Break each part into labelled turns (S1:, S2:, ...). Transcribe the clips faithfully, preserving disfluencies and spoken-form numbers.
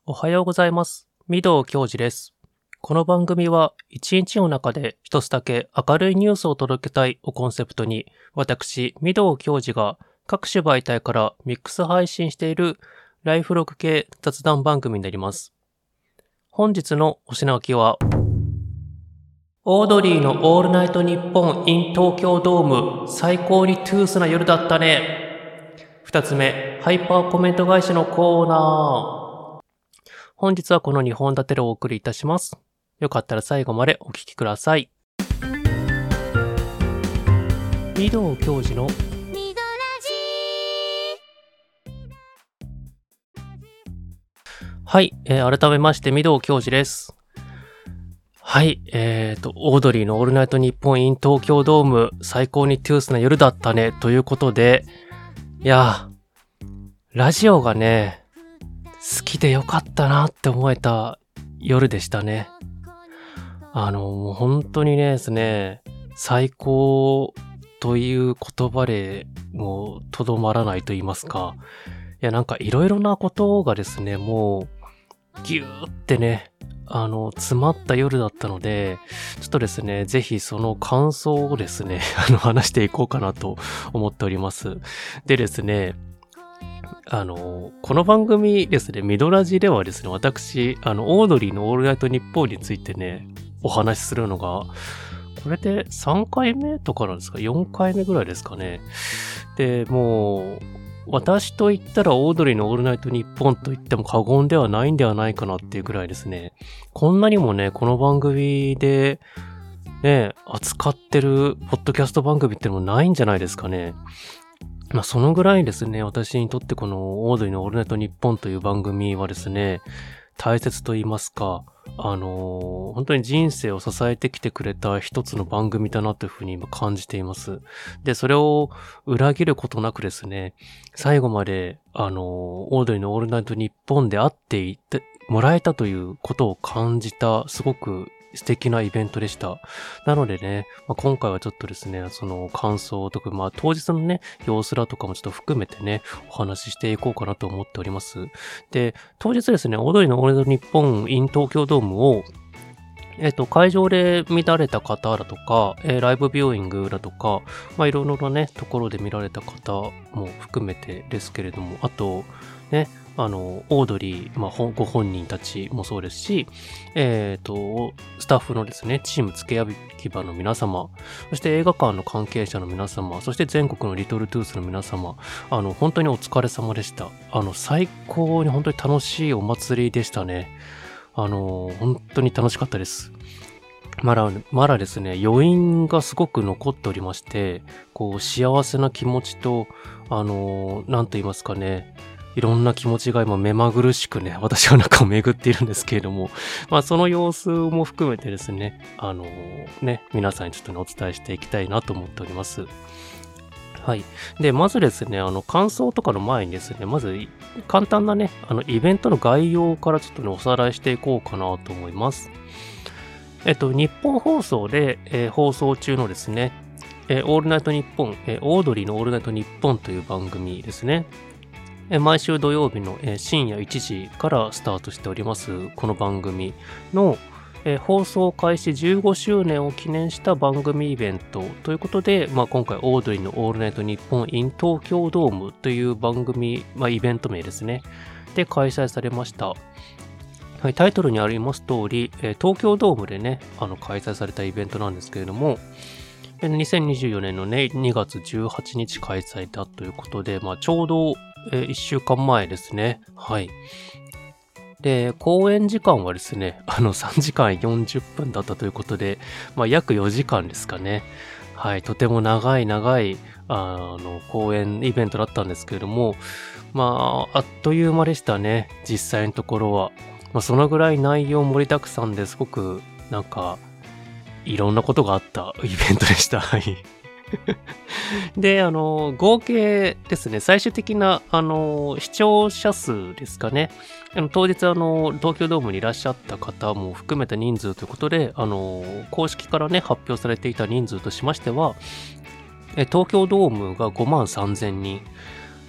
S1: おはようございます。御堂教授です。この番組は一日の中で一つだけ明るいニュースを届けたいをコンセプトに、私、御堂教授が各種媒体からミックス配信しているライフログ系雑談番組になります。本日のお品書きは、オードリーのオールナイトニッポン in 東京ドーム最高にトゥースな夜だったね。二つ目、ハイパーコメント返しのコーナー。本日はこのにほん立てでお送りいたします。よかったら最後までお聞きください。御堂教授のミドラジ。はい、えー、改めまして御堂教授です。はい、えーと、オードリーのオールナイトニッポン in 東京ドーム最高にトゥースな夜だったねということで、いやー、ラジオがね、好きでよかったなって思えた夜でしたね。あの、もう本当にねですね、最高という言葉でもうとどまらないと言いますか。いや、なんかいろいろなことがですね、もうギューってね、あの、詰まった夜だったので、ちょっとですね、ぜひその感想をですね、あの、話していこうかなと思っております。でですね、あの、この番組ですね、ミドラジではですね、私、あの、オードリーのオールナイトニッポンについてね、お話しするのが、これでさんかいめとかなんですか ?よん 回目ぐらいですかね。で、もう、私と言ったらオードリーのオールナイトニッポンと言っても過言ではないんではないかなっていうぐらいですね、こんなにもね、この番組で、ね、扱ってるポッドキャスト番組ってのもないんじゃないですかね。まあ、そのぐらいですね、私にとってこのオードリーのオールナイトニッポンという番組はですね、大切と言いますか、あのー、本当に人生を支えてきてくれた一つの番組だなというふうに今感じています。で、それを裏切ることなくですね、最後まで、あのー、オードリーのオールナイトニッポンであっていってもらえたということを感じた、すごく素敵なイベントでした。なのでね、まあ、今回はちょっとですね、その感想とか、まあ当日のね、様子だとかもちょっと含めてね、お話ししていこうかなと思っております。で、当日ですね、オードリーのオールナイトニッポン in 東京ドームを、えっと、会場で見られた方だとか、えー、ライブビューイングだとか、まあいろいろなね、ところで見られた方も含めてですけれども、あと、ね、あの、オードリー、まあ、ご本人たちもそうですし、えっと、スタッフのですね、チーム付け焼き場の皆様、そして映画館の関係者の皆様、そして全国のリトルトゥースの皆様、あの、本当にお疲れ様でした。あの、最高に本当に楽しいお祭りでしたね。あの、本当に楽しかったです。まだ、まだですね、余韻がすごく残っておりまして、こう、幸せな気持ちと、あの、なんと言いますかね、いろんな気持ちが今目まぐるしくね、私はなんか巡っているんですけれども、まあその様子も含めてですね、あのね、皆さんにちょっとね、お伝えしていきたいなと思っております。はい。で、まずですね、あの、感想とかの前にですね、まず、簡単なね、あの、イベントの概要からちょっとね、おさらいしていこうかなと思います。えっと、日本放送で、えー、放送中のですね、えー、オールナイトニッポン、えー、オードリーのオールナイトニッポンという番組ですね。毎週土曜日の深夜いちじからスタートしておりますこの番組の放送開始じゅうごしゅうねんを記念した番組イベントということで、まあ、今回オードリーのオールナイトニッポン in 東京ドームという番組、まあ、イベント名ですねで開催されました。はい、タイトルにあります通り東京ドームでねあの開催されたイベントなんですけれども、にせんにじゅうよねんのねにがつじゅうはちにち開催だということで、まあ、ちょうどえー、いっしゅうかんまえですね。はい。で、公演時間はですね、あのさんじかんよんじゅっぷんだったということで、まあ約よじかんですかね。はい。とても長い長い、あの、公演イベントだったんですけれども、まあ、あっという間でしたね。実際のところは。まあ、そのぐらい内容盛りだくさんですごく、なんか、いろんなことがあったイベントでした。はい。で、あの、合計ですね、最終的な、あの、視聴者数ですかね。あの当日、あの、東京ドームにいらっしゃった方も含めた人数ということで、あの、公式からね、発表されていた人数としましては、え東京ドームがごまんさんぜんにん、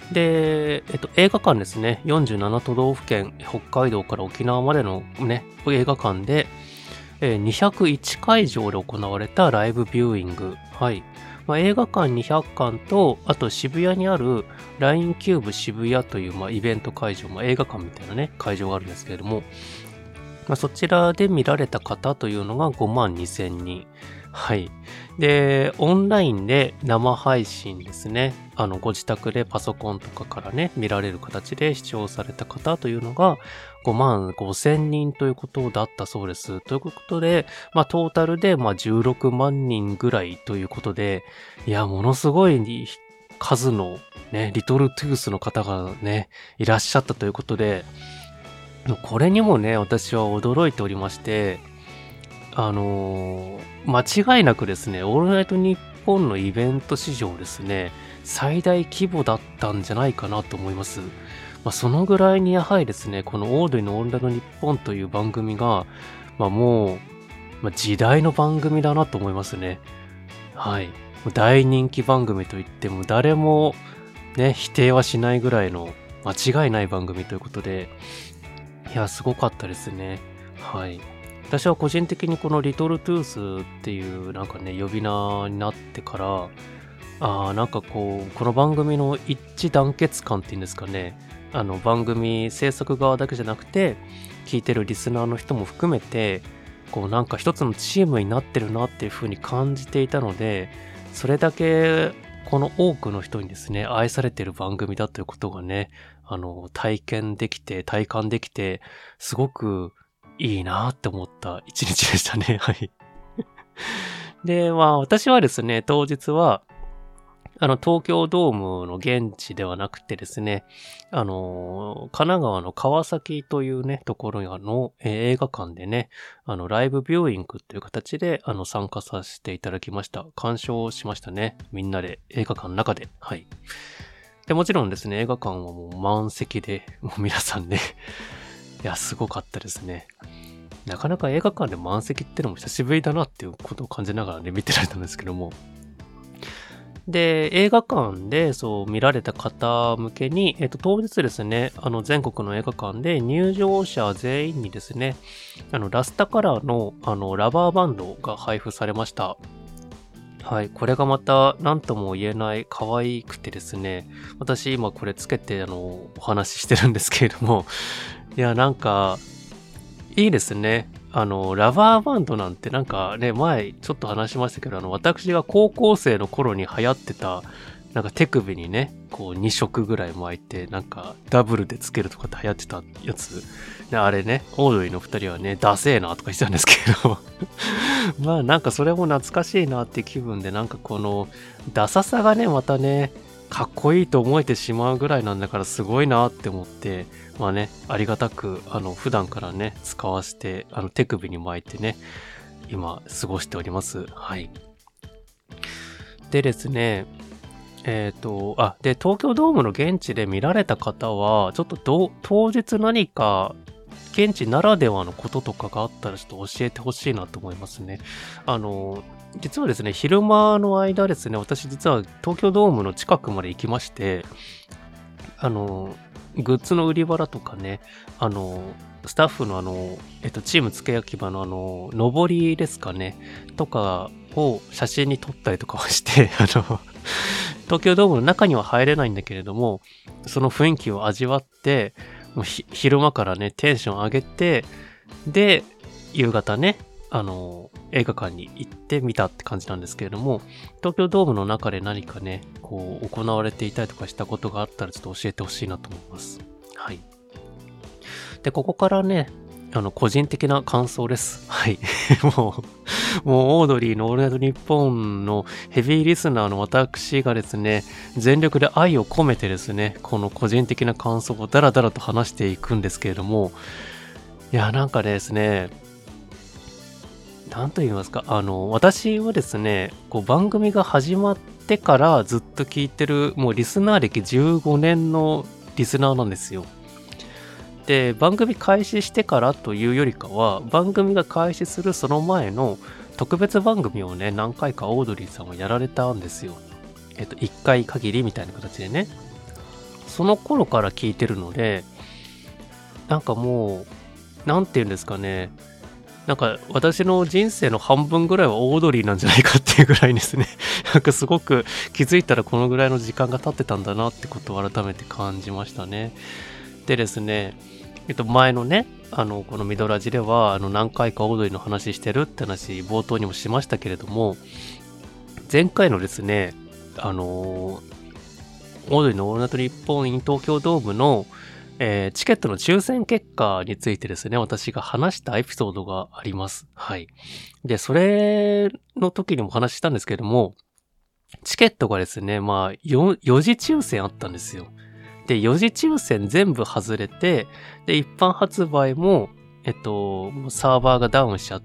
S1: で、えっと、映画館ですね。よんじゅうなな都道府県、北海道から沖縄までのね、映画館で、えーにひゃくいちかいじょうで行われたライブビューイング。はい。まあ、映画館にひゃっかんと、あと渋谷にある ライン キューブ渋谷という、まあ、イベント会場、まあ、映画館みたいなね、会場があるんですけれども、まあ、そちらで見られた方というのがごまんにせんにん。はい。で、オンラインで生配信ですね。あの、ご自宅でパソコンとかからね、見られる形で視聴された方というのがごまんごせんにんということだったそうです。ということで、まあ、トータルで、まあ、じゅうろくまんにんぐらいということで、いや、ものすごい数のね、リトルトゥースの方がね、いらっしゃったということで、これにもね、私は驚いておりまして、あのー、間違いなくですね、オールナイトニッポンのイベント史上ですね、最大規模だったんじゃないかなと思います。まあ、そのぐらいにやはりですね、このオードリーのオールナイトニッポンという番組が、まあ、もう、まあ、時代の番組だなと思いますね。はい。大人気番組といっても誰もね、否定はしないぐらいの間違いない番組ということで、いや、すごかったですね。はい。私は個人的にこのリトルトゥースっていうなんかね、呼び名になってから、ああ、なんかこう、この番組の一致団結感っていうんですかね、あの番組制作側だけじゃなくて、聞いてるリスナーの人も含めて、こうなんか一つのチームになってるなっていう風に感じていたので、それだけこの多くの人にですね、愛されてる番組だということがね、あの、体験できて、体感できて、すごくいいなって思った一日でしたね。はい。で、まあ私はですね、当日は、あの、東京ドームの現地ではなくてですね、あの、神奈川の川崎というね、ところの、えー映画館でね、あの、ライブビューイングという形で、あの、参加させていただきました。鑑賞しましたね。みんなで映画館の中で。はい。で、もちろんですね、映画館はもう満席で、もう皆さんね、いや、すごかったですね。なかなか映画館で満席ってのも久しぶりだなっていうことを感じながらね、見てられたんですけども。で、映画館でそう見られた方向けに、えっと、当日ですね、あの、全国の映画館で入場者全員にですね、あの、ラスタカラーの、あの、ラバーバンドが配布されました。はい。これがまた、何とも言えない可愛くてですね、私今これつけて、あの、お話ししてるんですけれども、いや、なんか、いいですね。あの、ラバーバンドなんてなんかね、前ちょっと話しましたけど、あの、私が高校生の頃に流行ってた、なんか手首にね、こうに色ぐらい巻いて、なんかダブルでつけるとかって流行ってたやつ。であれね、オードリーの二人はね、ダセーなとか言ってたんですけど、まあなんかそれも懐かしいなっていう気分で、なんかこのダサさがね、またね、かっこいいと思えてしまうぐらいなんだからすごいなって思って、まあね、ありがたく、あの、普段からね、使わせて、あの、手首に巻いてね、今、過ごしております。はい。でですね、えっと、あ、で、東京ドームの現地で見られた方は、ちょっとど当日何か、現地ならではのこととかがあったらちょっと教えてほしいなと思いますね。あの、実はですね、昼間の間ですね、私実は東京ドームの近くまで行きまして、あの、グッズの売り場だとかね、あの、スタッフのあの、えっと、チーム付け焼き場のあの、上りですかね、とかを写真に撮ったりとかをして、あの、東京ドームの中には入れないんだけれども、その雰囲気を味わって、もう昼間からね、テンション上げて、で、夕方ね、あの、映画館に行ってみたって感じなんですけれども、東京ドームの中で何かね、こう、行われていたりとかしたことがあったらちょっと教えてほしいなと思います。はい。で、ここからね、あの、個人的な感想です。はい。もう、もう、オードリーのオールナイトニッポンのヘビーリスナーの私がですね、全力で愛を込めてですね、この個人的な感想をダラダラと話していくんですけれども、いや、なんかですね、なんと言いますか、あの、私はですね、こう番組が始まってからずっと聞いてる、もうリスナー歴じゅうごねんのリスナーなんですよ。で、番組開始してからというよりかは、番組が開始するその前の特別番組をね、何回かオードリーさんはやられたんですよ。えっと、いっかい限りみたいな形でね。 その頃から聞いてるので、なんかもう、なんて言うんですかね。なんか私の人生の半分ぐらいはオードリーなんじゃないかっていうぐらいですね。なんかすごく気づいたらこのぐらいの時間が経ってたんだなってことを改めて感じましたね。でですね、えっと前のね、あの、このミドラジでは、あの何回かオードリーの話してるって話、冒頭にもしましたけれども、前回のですね、あのー、オードリーのオールナイトニッポン in 東京ドームの、えー、チケットの抽選結果についてですね、私が話したエピソードがあります。はい。で、それの時にも話したんですけれども、チケットがですね、まあよ、よじ抽選あったんですよ。で、よじ抽選全部外れて、で、一般発売も、えっと、サーバーがダウンしちゃって、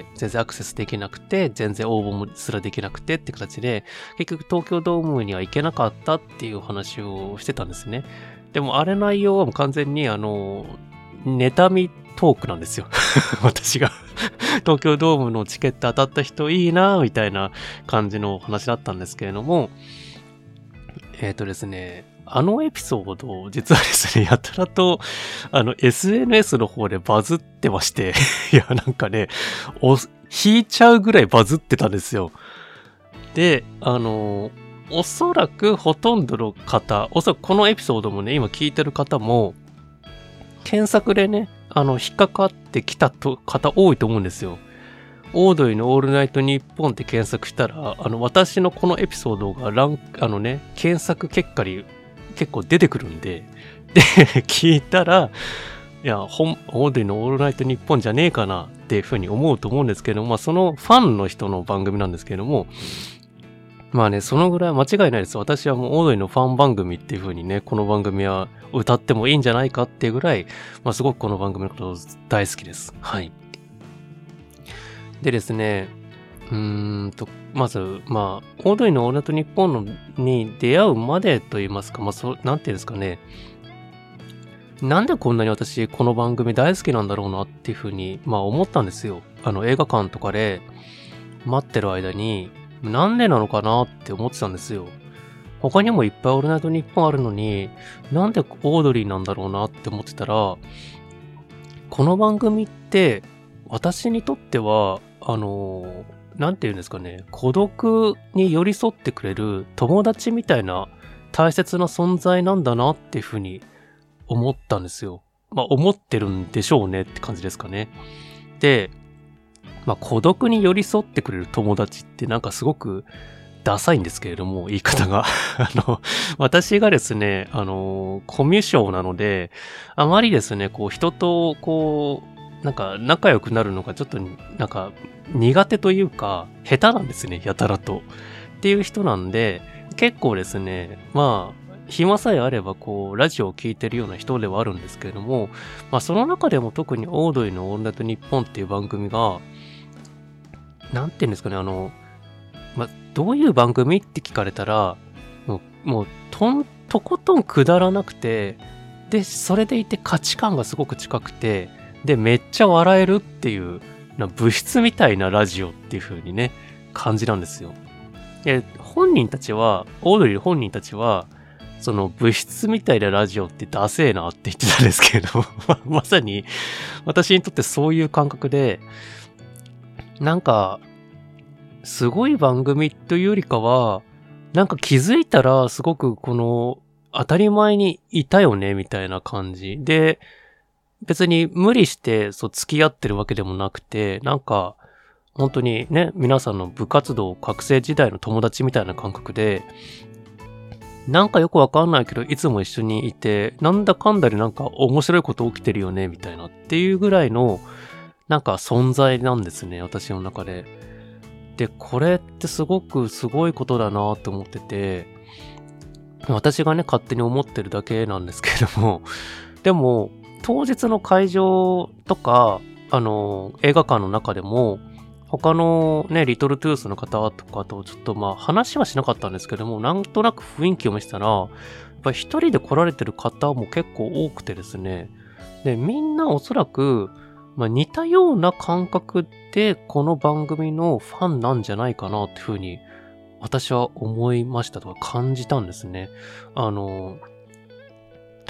S1: 全然アクセスできなくて、全然応募もすらできなくてって形で、結局東京ドームには行けなかったっていう話をしてたんですね。でもあれ内容はもう完全にあの、妬みトークなんですよ。私が東京ドームのチケット当たった人いいなみたいな感じの話だったんですけれども、えっとですね、あのエピソード、実はですね、やたらと、あの、エスエヌエス の方でバズってまして、いや、なんかね、お、引いちゃうぐらいバズってたんですよ。で、あの、おそらくほとんどの方、おそらくこのエピソードもね、今聞いてる方も、検索でね、あの、引っかかってきたと方多いと思うんですよ。オードリーのオールナイトニッポンって検索したら、あの、私のこのエピソードがランク、あのね、検索結果に結構出てくるんで、で、聞いたら、いや、本、オードリーのオールナイトニッポンじゃねえかなっていうふうに思うと思うんですけども、まあ、そのファンの人の番組なんですけども、まあね、そのぐらい間違いないです。私はもうオードリーのファン番組っていう風にね、この番組は歌ってもいいんじゃないかっていうぐらい、まあすごくこの番組のこと大好きです。はい。でですね、うーんと、まず、まあ、オードリーのオールナイトニッポンのに出会うまでと言いますか、まあそう、なんていうんですかね、なんでこんなに私この番組大好きなんだろうなっていう風に、まあ思ったんですよ。あの映画館とかで待ってる間に、なんでなのかなって思ってたんですよ。他にもいっぱいオールナイトニッポンあるのに、なんでオードリーなんだろうなって思ってたら、この番組って私にとっては、あの、なんて言うんですかね、孤独に寄り添ってくれる友達みたいな大切な存在なんだなっていうふうに思ったんですよ。まあ思ってるんでしょうねって感じですかね。で、まあ孤独に寄り添ってくれる友達ってなんかすごくダサいんですけれども、言い方が。あの、私がですね、あの、コミュ障なので、あまりですね、こう人とこう、なんか仲良くなるのがちょっとなんか苦手というか、下手なんですね、やたらと。っていう人なんで、結構ですね、まあ、暇さえあればこう、ラジオを聞いてるような人ではあるんですけれども、まあその中でも特にオードリーのオールナイトニッポンっていう番組が、なんていうんですかね、あの、まあ、どういう番組って聞かれたら、もう、もうとん、とことんくだらなくて、で、それでいて価値観がすごく近くて、で、めっちゃ笑えるっていう、な物質みたいなラジオっていう風にね、感じなんですよ。で、本人たちは、オードリー本人たちは、その物質みたいなラジオってダセーなって言ってたんですけれども、まさに私にとってそういう感覚で、なんか、すごい番組というよりかは、なんか気づいたらすごくこの当たり前にいたよねみたいな感じで、別に無理してそう付き合ってるわけでもなくて、なんか本当にね、皆さんの部活動、学生時代の友達みたいな感覚で、なんかよくわかんないけどいつも一緒にいて、なんだかんだでなんか面白いこと起きてるよねみたいなっていうぐらいのなんか存在なんですね、私の中で。で、これってすごくすごいことだなと思ってて、私がね、勝手に思ってるだけなんですけれども、でも、当日の会場とか、あの、映画館の中でも、他のね、リトルトゥースの方とかとちょっとまあ話はしなかったんですけども、なんとなく雰囲気を見せたら、やっぱり一人で来られてる方も結構多くてですね、で、みんなおそらく、まあ、似たような感覚でこの番組のファンなんじゃないかなっていうふうに私は思いましたとか感じたんですね。あの、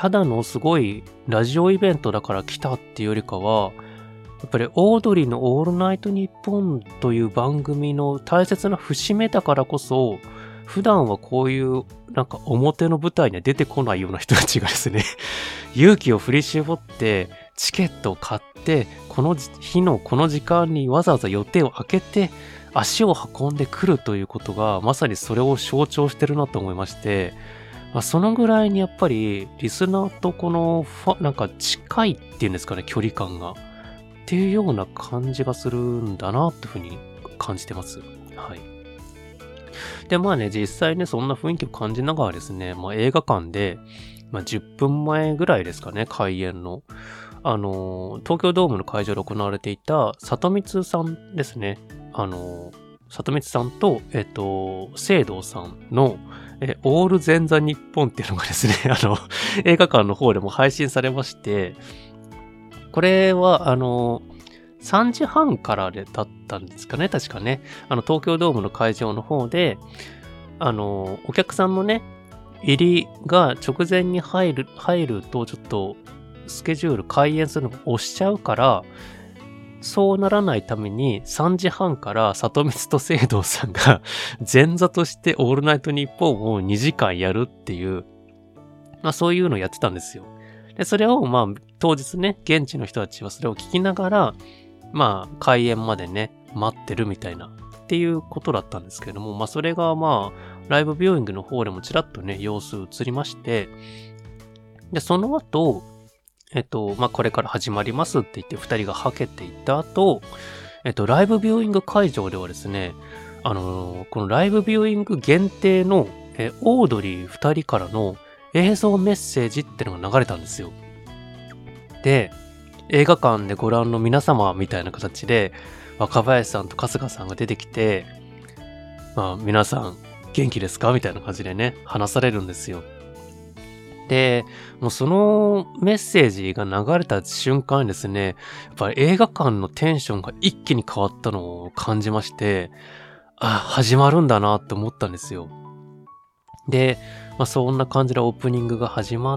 S1: ただのすごいラジオイベントだから来たっていうよりかは、やっぱりオードリーのオールナイトニッポンという番組の大切な節目だからこそ、普段はこういうなんか表の舞台には出てこないような人たちがですね、勇気を振り絞ってチケットを買って、この日のこの時間にわざわざ予定を空けて足を運んでくるということが、まさにそれを象徴してるなと思いまして、まあ、そのぐらいにやっぱりリスナーとこのファなんか近いっていうんですかね、距離感がっていうような感じがするんだなっていうふうに感じてます。はい。で、まあね、実際ね、そんな雰囲気を感じながらですね、まあ映画館で、まあじゅっぷんまえぐらいですかね、開演の。あの、東京ドームの会場で行われていた、里光さんですね。あの、里光さんと、えっと、聖堂さんの、え、オール前座日本っていうのがですね、あの、映画館の方でも配信されまして、これは、あの、さんじはんからでだったんですかね、確かね。あの、東京ドームの会場の方で、あの、お客さんのね、入りが直前に入る、入るとちょっと、スケジュール開演するのが押しちゃうから、そうならないためにさんじはんから里光と聖堂さんが前座としてオールナイトニッポンをにじかんやるっていう、まあそういうのをやってたんですよ。で、それをまあ当日ね、現地の人たちはそれを聞きながら、まあ開演までね、待ってるみたいなっていうことだったんですけれども、まあそれがまあライブビューイングの方でもちらっとね、様子映りまして、で、その後、えっと、まあ、これから始まりますって言って二人がはけていった後、えっと、ライブビューイング会場ではですね、あのー、このライブビューイング限定の、えー、オードリー二人からの映像メッセージってのが流れたんですよ。で、映画館でご覧の皆様みたいな形で、若林さんと春日さんが出てきて、まあ、皆さん元気ですかみたいな感じでね、話されるんですよ。で、もうそのメッセージが流れた瞬間にですね、やっぱり映画館のテンションが一気に変わったのを感じまして、あ、始まるんだなって思ったんですよ。で、まあそんな感じでオープニングが始まって、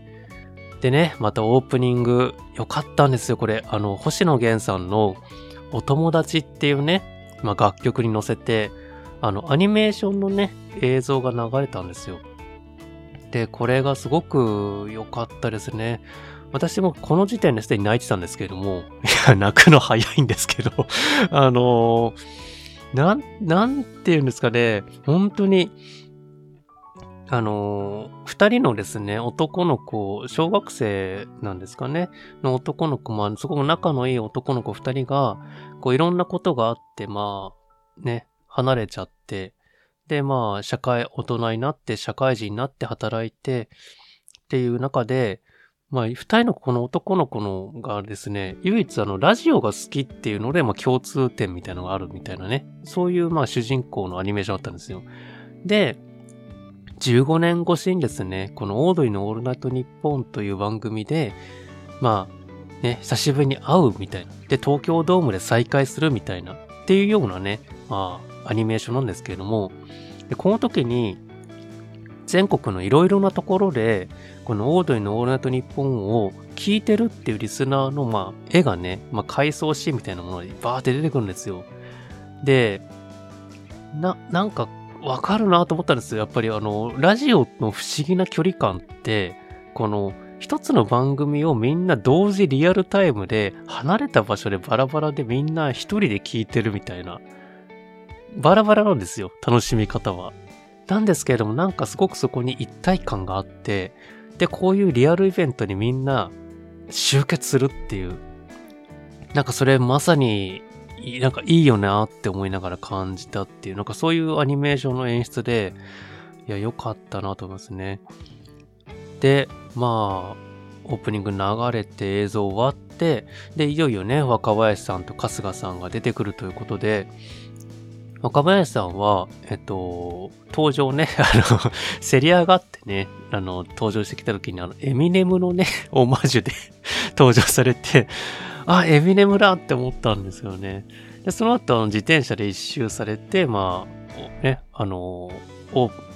S1: でね、またオープニング良かったんですよ、これ。あの、星野源さんのお友達っていうね、まあ楽曲に乗せて、あの、アニメーションのね、映像が流れたんですよ。で、これがすごく良かったですね。私もこの時点ですでに泣いてたんですけれども、いや、泣くの早いんですけど、あのー、なん、なんていうんですかね、本当に、あのー、二人のですね、男の子、小学生なんですかね、の男の子、まあ、すごく仲のいい男の子二人が、こういろんなことがあって、まあ、ね、離れちゃって、で、まあ、社会、大人になって、社会人になって働いて、っていう中で、まあ、二人のこの男の子のがですね、唯一あの、ラジオが好きっていうので、まあ、共通点みたいなのがあるみたいなね、そういうまあ、主人公のアニメーションだったんですよ。で、じゅうごねん越しにですね、このオードリーのオールナイトニッポンという番組で、まあ、ね、久しぶりに会うみたいな。で、東京ドームで再会するみたいな、っていうようなね、まあ、アニメーションなんですけれども、でこの時に全国のいろいろなところでこのオードリーのオールナイトニッポンを聞いてるっていうリスナーのまあ絵がね、まあ回想シーンみたいなものがバーって出てくるんですよ。で、な、なんかわかるなと思ったんですよ。やっぱりあの、ラジオの不思議な距離感って、この一つの番組をみんな同時リアルタイムで離れた場所でバラバラでみんな一人で聞いてるみたいな。バラバラなんですよ、楽しみ方は。なんですけれども、なんかすごくそこに一体感があって、で、こういうリアルイベントにみんな集結するっていう、なんかそれまさに、なんかいいよなって思いながら感じたっていう、なんかそういうアニメーションの演出で、いや、良かったなと思いますね。で、まあ、オープニング流れて映像終わって、で、いよいよね、若林さんと春日さんが出てくるということで、若林さんは、えっと、登場ね、あの、せり上がってね、あの、登場してきた時に、あの、エミネムのね、オマージュで登場されて、あ、エミネムだって思ったんですよね。で、その後、自転車で一周されて、まあ、ね、あの、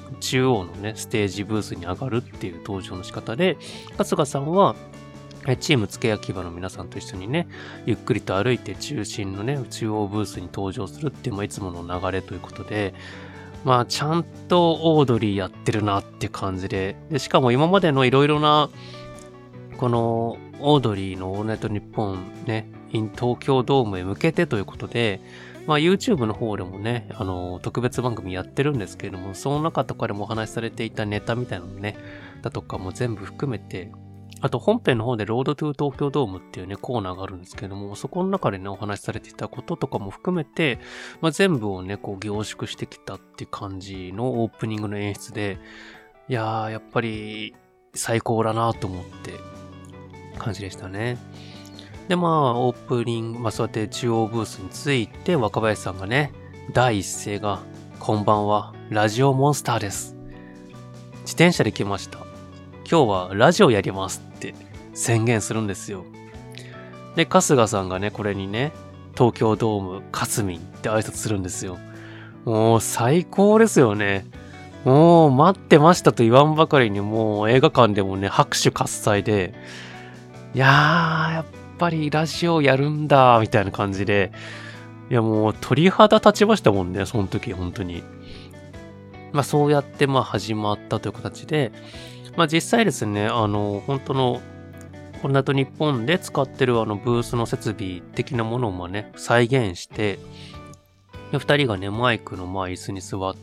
S1: 中央のね、ステージブースに上がるっていう登場の仕方で、春日さんは、チーム付け焼き場の皆さんと一緒にね、ゆっくりと歩いて中心のね、中央ブースに登場するっていう、まあ、いつもの流れということで、まあ、ちゃんとオードリーやってるなって感じで、で、しかも今までのいろいろな、この、オードリーのオールナイトニッポンね、in 東京ドームへ向けてということで、まあ YouTube の方でもね、あの、特別番組やってるんですけれども、その中とかでもお話しされていたネタみたいなのね、だとかも全部含めて、あと本編の方でロードトゥー東京ドームっていうね、コーナーがあるんですけども、そこの中でね、お話しされていたこととかも含めて、まあ全部をね、こう凝縮してきたっていう感じのオープニングの演出で、いやー、やっぱり最高だなと思って感じでしたね。で、まあ、オープニング、まあ、そうやって中央ブースについて、若林さんがね、第一声が、こんばんは、ラジオモンスターです。自転車で来ました。今日はラジオやりますって宣言するんですよ。で、春日さんがね、これにね、東京ドーム、かすみんって挨拶するんですよ。もう、最高ですよね。もう、待ってましたと言わんばかりに、もう映画館でもね、拍手喝采で、いやー、やっぱ、やっぱりラジオやるんだみたいな感じで、いやもう鳥肌立ちましたもんね、その時本当に。まあそうやってまあ始まったという形で、まあ実際ですね、あの本当のオールナイトニッポンで使ってるあのブースの設備的なものもね再現して、二人がねマイクのまあ椅子に座って、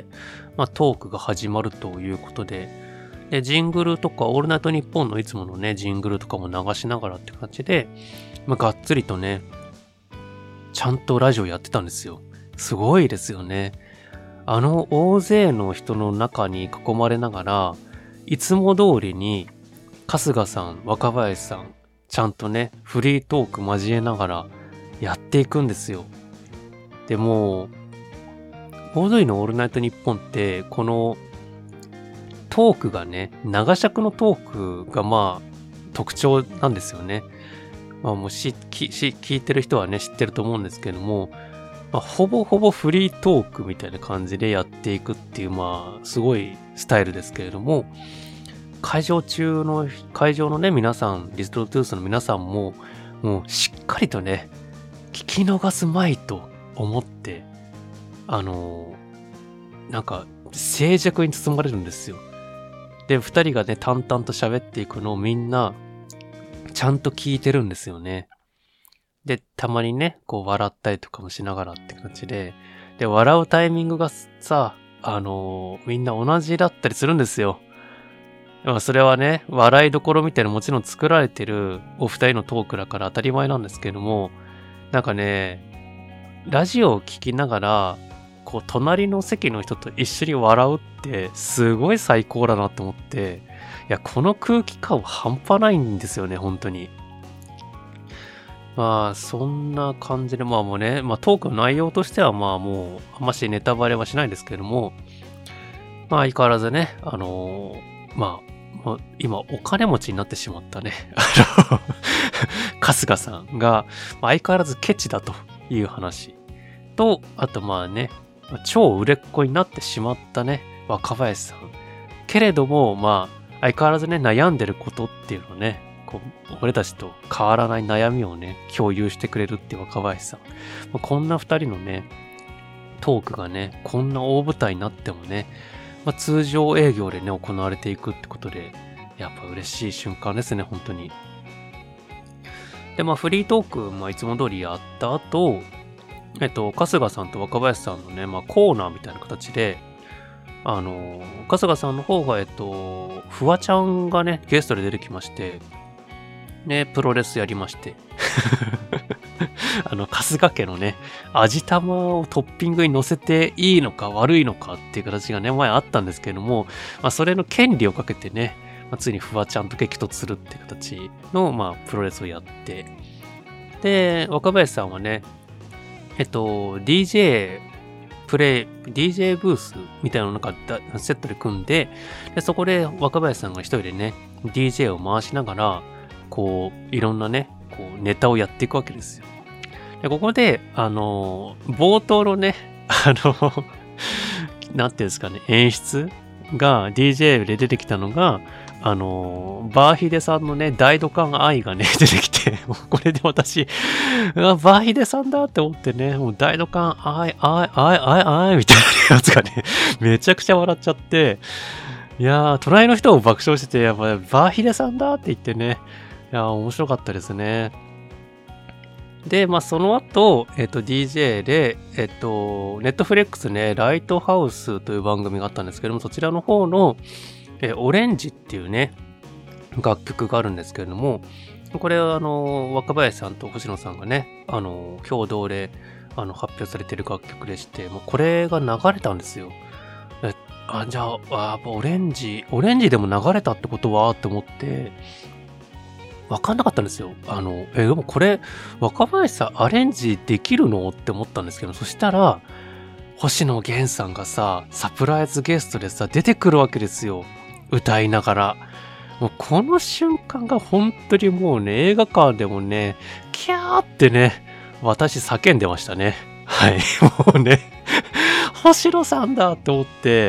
S1: まあトークが始まるということで。で、ジングルとか、オールナイトニッポンのいつものね、ジングルとかも流しながらって感じで、まあ、がっつりとね、ちゃんとラジオやってたんですよ。すごいですよね。あの大勢の人の中に囲まれながら、いつも通りに、春日さん、若林さん、ちゃんとね、フリートーク交えながらやっていくんですよ。でも、オードリーのオールナイトニッポンって、この、トークがね、長尺のトークがまあ特徴なんですよね。まあもうし、きし聞いてる人はね知ってると思うんですけども、まあ、ほぼほぼフリートークみたいな感じでやっていくっていうまあすごいスタイルですけれども、会場中の、会場のね皆さん、リストルトゥースの皆さんももうしっかりとね、聞き逃すまいと思って、あのー、なんか静寂に包まれるんですよ。で、二人がね、淡々と喋っていくのをみんな、ちゃんと聞いてるんですよね。で、たまにね、こう笑ったりとかもしながらって感じで、で、笑うタイミングがさ、あのー、みんな同じだったりするんですよ。まあ、それはね、笑いどころみたいなもちろん作られてるお二人のトークだから当たり前なんですけども、なんかね、ラジオを聞きながら、こう隣の席の人と一緒に笑うってすごい最高だなと思って、いやこの空気感半端ないんですよね本当に。まあそんな感じで、まあもうね、まあトークの内容としてはまあもうあんましネタバレはしないですけども、まあ相変わらずね、あのー、まあもう今お金持ちになってしまったねあの春日さんが相変わらずケチだという話と、あとまあね、超売れっ子になってしまったね、若林さん。けれども、まあ、相変わらずね、悩んでることっていうのをね、こう俺たちと変わらない悩みをね、共有してくれるっていう若林さん。まあ、こんな二人のね、トークがね、こんな大舞台になってもね、まあ、通常営業でね、行われていくってことで、やっぱ嬉しい瞬間ですね、本当に。で、まあ、フリートーク、まあ、いつも通りやった後、えっと、春日さんと若林さんのね、まあ、コーナーみたいな形で、あの、春日さんの方が、えっと、フワちゃんがね、ゲストで出てきまして、ね、プロレスやりまして、あの、春日家のね、味玉をトッピングに乗せていいのか悪いのかっていう形がね、前あったんですけども、まあ、それの権利をかけてね、まあ、ついにフワちゃんと激突するっていう形の、まあ、プロレスをやって、で、若林さんはね、えっと、ディージェー プレイ、ディージェー ブースみたいなのなんかセットで組んで、で、そこで若林さんが一人でね、ディージェー を回しながら、こう、いろんなね、こう、ネタをやっていくわけですよ。で、ここで、あの、冒頭のね、あの、 なんていうんですかね、演出が ディージェー で出てきたのが、あのー、バーヒデさんのね、大土管愛がね、出てきて、もうこれで私、うわバーヒデさんだって思ってね、もう大土管愛、愛、愛、愛、愛、みたいなやつがね、めちゃくちゃ笑っちゃって、いやー、隣の人も爆笑してて、やっぱバーヒデさんだって言ってね、いやー、面白かったですね。で、まあ、その後、えっと、ディージェー で、えっと、ネットフレックスね、ライトハウスという番組があったんですけども、そちらの方の、えオレンジっていうね、楽曲があるんですけれども、これはあの、若林さんと星野さんがね、あの、共同であの発表されている楽曲でして、もうこれが流れたんですよ。えあ、じゃあ、あやっぱオレンジ、オレンジでも流れたってことはって思って、わかんなかったんですよ。あの、え、でもこれ、若林さんアレンジできるのって思ったんですけど、そしたら、星野源さんがさ、サプライズゲストでさ、出てくるわけですよ。歌いながら。もうこの瞬間が本当にもうね、映画館でもね、キャーってね、私叫んでましたね。はい。もうね、星野さんだって思って、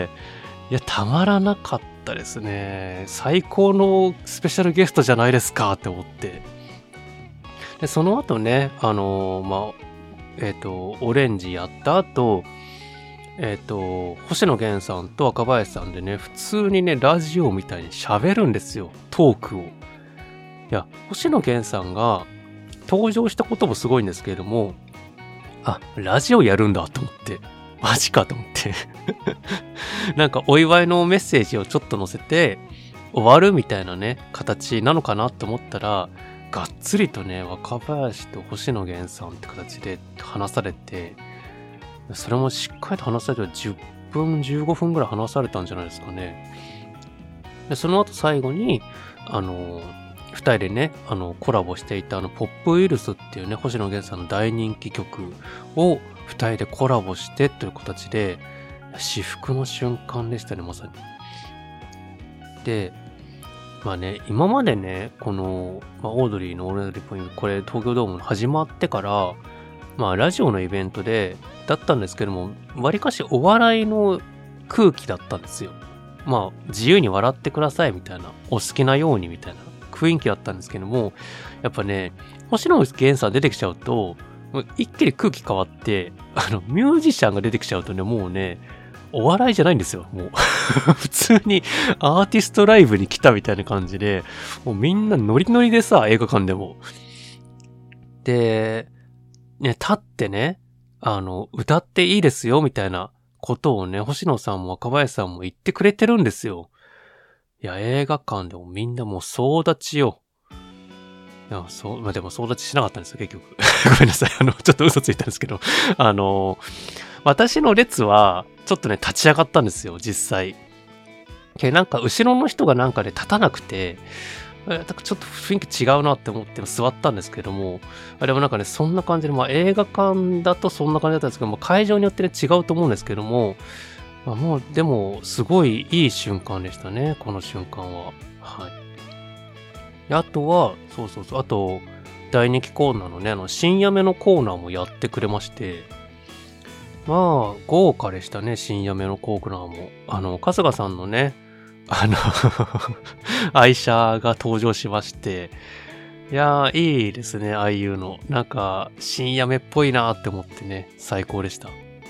S1: いや、たまらなかったですね。最高のスペシャルゲストじゃないですかって思って。で、その後ね、あのー、まあ、えっと、オレンジやった後、えっと、星野源さんと若林さんでね、普通にね、ラジオみたいに喋るんですよ。トークを。いや、星野源さんが登場したこともすごいんですけれども、あ、ラジオやるんだと思って、マジかと思って。なんかお祝いのメッセージをちょっと載せて終わるみたいなね、形なのかなと思ったら、がっつりとね、若林と星野源さんって形で話されて、それもしっかりと話されてじゅっぷん、じゅうごふんぐらい話されたんじゃないですかね。で、その後最後に、あの、二人でね、あの、コラボしていたあの、ポップウイルスっていうね、星野源さんの大人気曲を二人でコラボしてという形で、至福の瞬間でしたね、まさに。で、まあね、今までね、この、まあ、オードリーのオールナイトニッポン、これ東京ドーム始まってから、まあラジオのイベントで、だったんですけども、わりかしお笑いの空気だったんですよ。まあ自由に笑ってくださいみたいな、お好きなようにみたいな雰囲気だったんですけども、やっぱね、星野源さん出てきちゃうと、もう一気に空気変わって、あの、ミュージシャンが出てきちゃうとね、もうね、お笑いじゃないんですよ、もう。普通にアーティストライブに来たみたいな感じで、もうみんなノリノリでさ、映画館でも。で、ね、立ってね、あの、歌っていいですよ、みたいなことをね、星野さんも若林さんも言ってくれてるんですよ。いや、映画館でもみんなもう総立ちよ。いや、そう、まあ、でも総立ちしなかったんですよ、結局。ごめんなさい。あの、ちょっと嘘ついたんですけど。あの、私の列は、ちょっとね、立ち上がったんですよ、実際。で、なんか、後ろの人がなんかで、ね、立たなくて、ちょっと雰囲気違うなって思って座ったんですけども、あれもなんかね、そんな感じで、まあ映画館だとそんな感じだったんですけども、会場によってね、違うと思うんですけども、まあもう、でも、すごいいい瞬間でしたね、この瞬間は。はい。あとは、そうそうそう、あと、大人気コーナーのね、あの、深夜目のコーナーもやってくれまして、まあ、豪華でしたね、深夜目のコーナーも。あの、春日さんのね、あの愛車が登場しまして、いやー、いいですね、ああいうの。なんか、深夜目っぽいなーって思ってね、最高でした。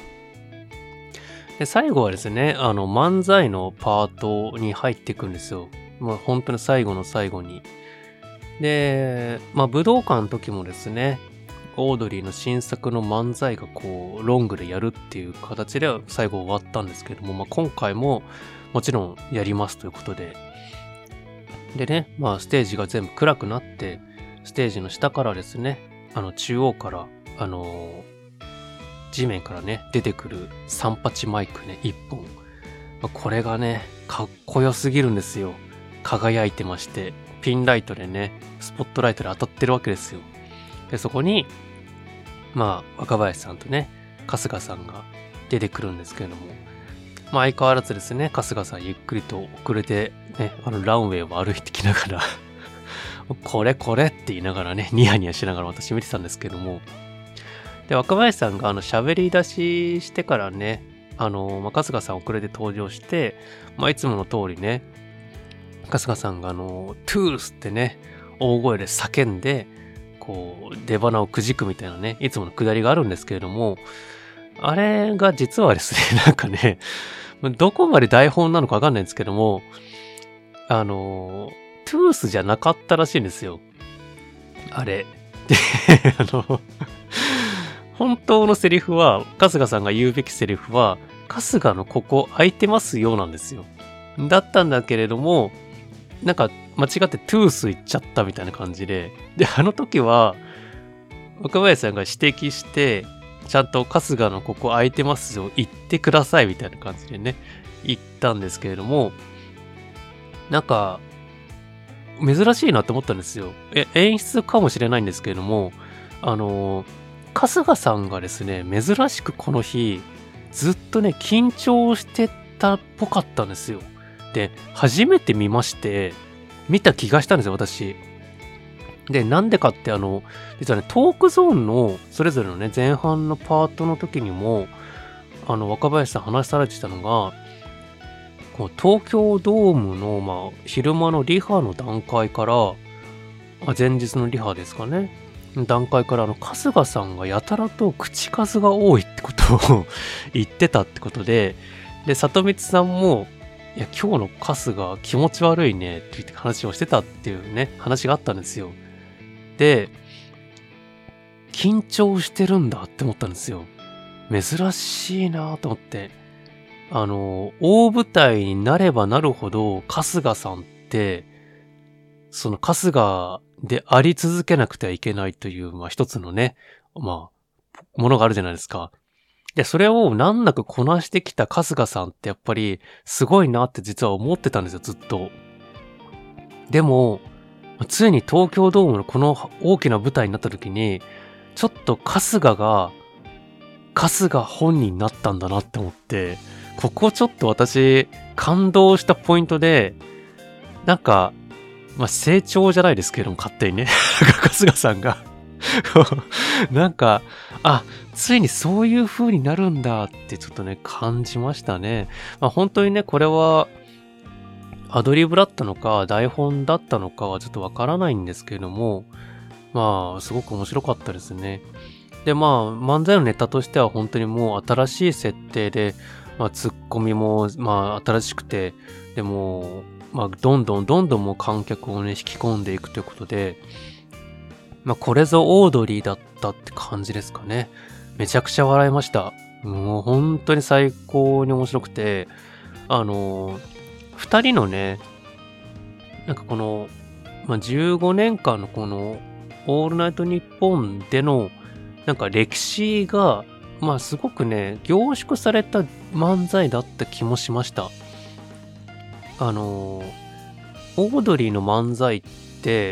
S1: で、最後はですね、あの、漫才のパートに入っていくんですよ。まあ、本当に最後の最後に。で、まあ、武道館の時もですね、オードリーの新作の漫才がこう、ロングでやるっていう形で最後終わったんですけども、まあ、今回も、もちろんやりますということで。でね、まあステージが全部暗くなって、ステージの下からですね、あの中央から、あのー、地面からね、出てくる三八マイクね、一本。これがね、かっこよすぎるんですよ。輝いてまして、ピンライトでね、スポットライトで当たってるわけですよ。で、そこに、まあ、若林さんとね、春日さんが出てくるんですけれども、まあ相変わらずですね、春日さんゆっくりと遅れてね、あのランウェイを歩いてきながらこれこれって言いながらね、ニヤニヤしながら私見てたんですけども、で、若林さんがあの喋り出ししてからね、 あの、まあ、春日さん遅れて登場して、まあ、いつもの通りね、春日さんがあの、トゥースってね、大声で叫んで、こう、出花をくじくみたいなね、いつものくだりがあるんですけれども、あれが実はですね、なんかね、どこまで台本なのかわかんないんですけども、あの、トゥースじゃなかったらしいんですよ。あれ。で、あの、本当のセリフは、春日さんが言うべきセリフは、春日のここ空いてますよなんですよ。だったんだけれども、なんか間違ってトゥース言っちゃったみたいな感じで、で、あの時は、若林さんが指摘して、ちゃんと春日のここ空いてますよ、言ってくださいみたいな感じでね、言ったんですけれども、なんか、珍しいなって思ったんですよ。え、演出かもしれないんですけれども、あの、春日さんがですね、珍しくこの日、ずっとね、緊張してたっぽかったんですよ。で、初めて見まして、見た気がしたんですよ、私。で、なんでかって、あの、実はね、トークゾーンの、それぞれのね、前半のパートの時にも、あの、若林さん話されてたのが、こう東京ドームの、まあ、昼間のリハの段階から、あ前日のリハですかね。段階から、あの、春日さんがやたらと口数が多いってことを言ってたってことで、で、里光さんも、いや、今日の春日気持ち悪いねって言って話をしてたっていうね、話があったんですよ。で、緊張してるんだって思ったんですよ。珍しいなと思って。あの、大舞台になればなるほど、春日さんって、その春日であり続けなくてはいけないという、まあ一つのね、まあ、ものがあるじゃないですか。で、それを難なくこなしてきた春日さんってやっぱりすごいなって実は思ってたんですよ、ずっと。でも、ついに東京ドームのこの大きな舞台になった時に、ちょっと春日が、春日本人になったんだなって思って、ここちょっと私感動したポイントで、なんか、まあ、成長じゃないですけれども、勝手にね。春日さんがなんか、あ、ついにそういう風になるんだってちょっとね、感じましたね。まあ、本当にね、これは、アドリブだったのか、台本だったのかはちょっとわからないんですけれども、まあ、すごく面白かったですね。で、まあ、漫才のネタとしては本当にもう新しい設定で、まあ、ツッコミも、まあ、新しくて、でも、まあ、どんどんどんどんもう観客をね、引き込んでいくということで、まあ、これぞオードリーだったって感じですかね。めちゃくちゃ笑いました。もう本当に最高に面白くて、あの、二人のね、なんかこの、まあ、じゅうごねんかんのこの、オールナイトニッポンでの、なんか歴史が、まあすごくね、凝縮された漫才だった気もしました。あのー、オードリーの漫才って、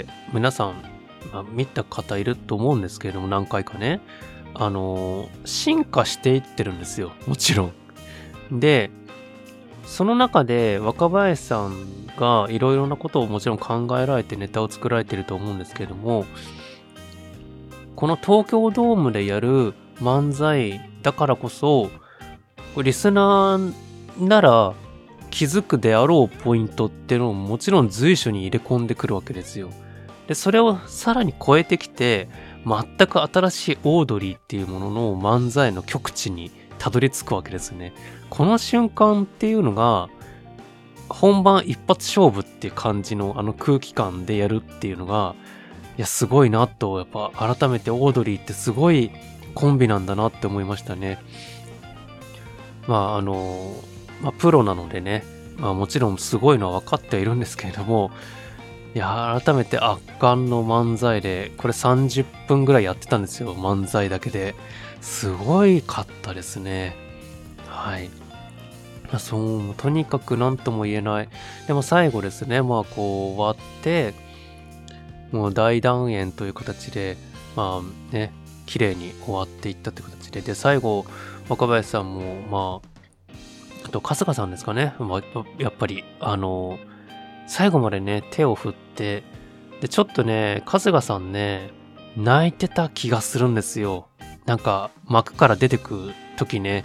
S1: 皆さん、まあ、見た方いると思うんですけれども、何回かね。あのー、進化していってるんですよ。もちろん。で、その中で若林さんがいろいろなことをもちろん考えられてネタを作られていると思うんですけれども、この東京ドームでやる漫才だからこそ、リスナーなら気づくであろうポイントっていうのをもちろん随所に入れ込んでくるわけですよ。で、それをさらに超えてきて、全く新しいオードリーっていうものの漫才の極致にたどり着くわけですね。この瞬間っていうのが、本番一発勝負っていう感じのあの空気感でやるっていうのが、いや、すごいなと、やっぱ改めてオードリーってすごいコンビなんだなって思いましたね。まあ、あの、まあ、プロなのでね、まあもちろんすごいのは分かってはいるんですけれども、いや、改めて圧巻の漫才で、これさんじゅっぷんぐらいやってたんですよ、漫才だけで。すごいかったですね。はい。そう、とにかく何とも言えない。でも最後ですね、まあこう終わって、もう大団円という形で、まあね、綺麗に終わっていったという形で、で、最後、若林さんも、まあ、あと春日さんですかね、まあ、やっぱり、あの、最後までね、手を振って、で、ちょっとね、春日さんね、泣いてた気がするんですよ。なんか、幕から出てく時ね、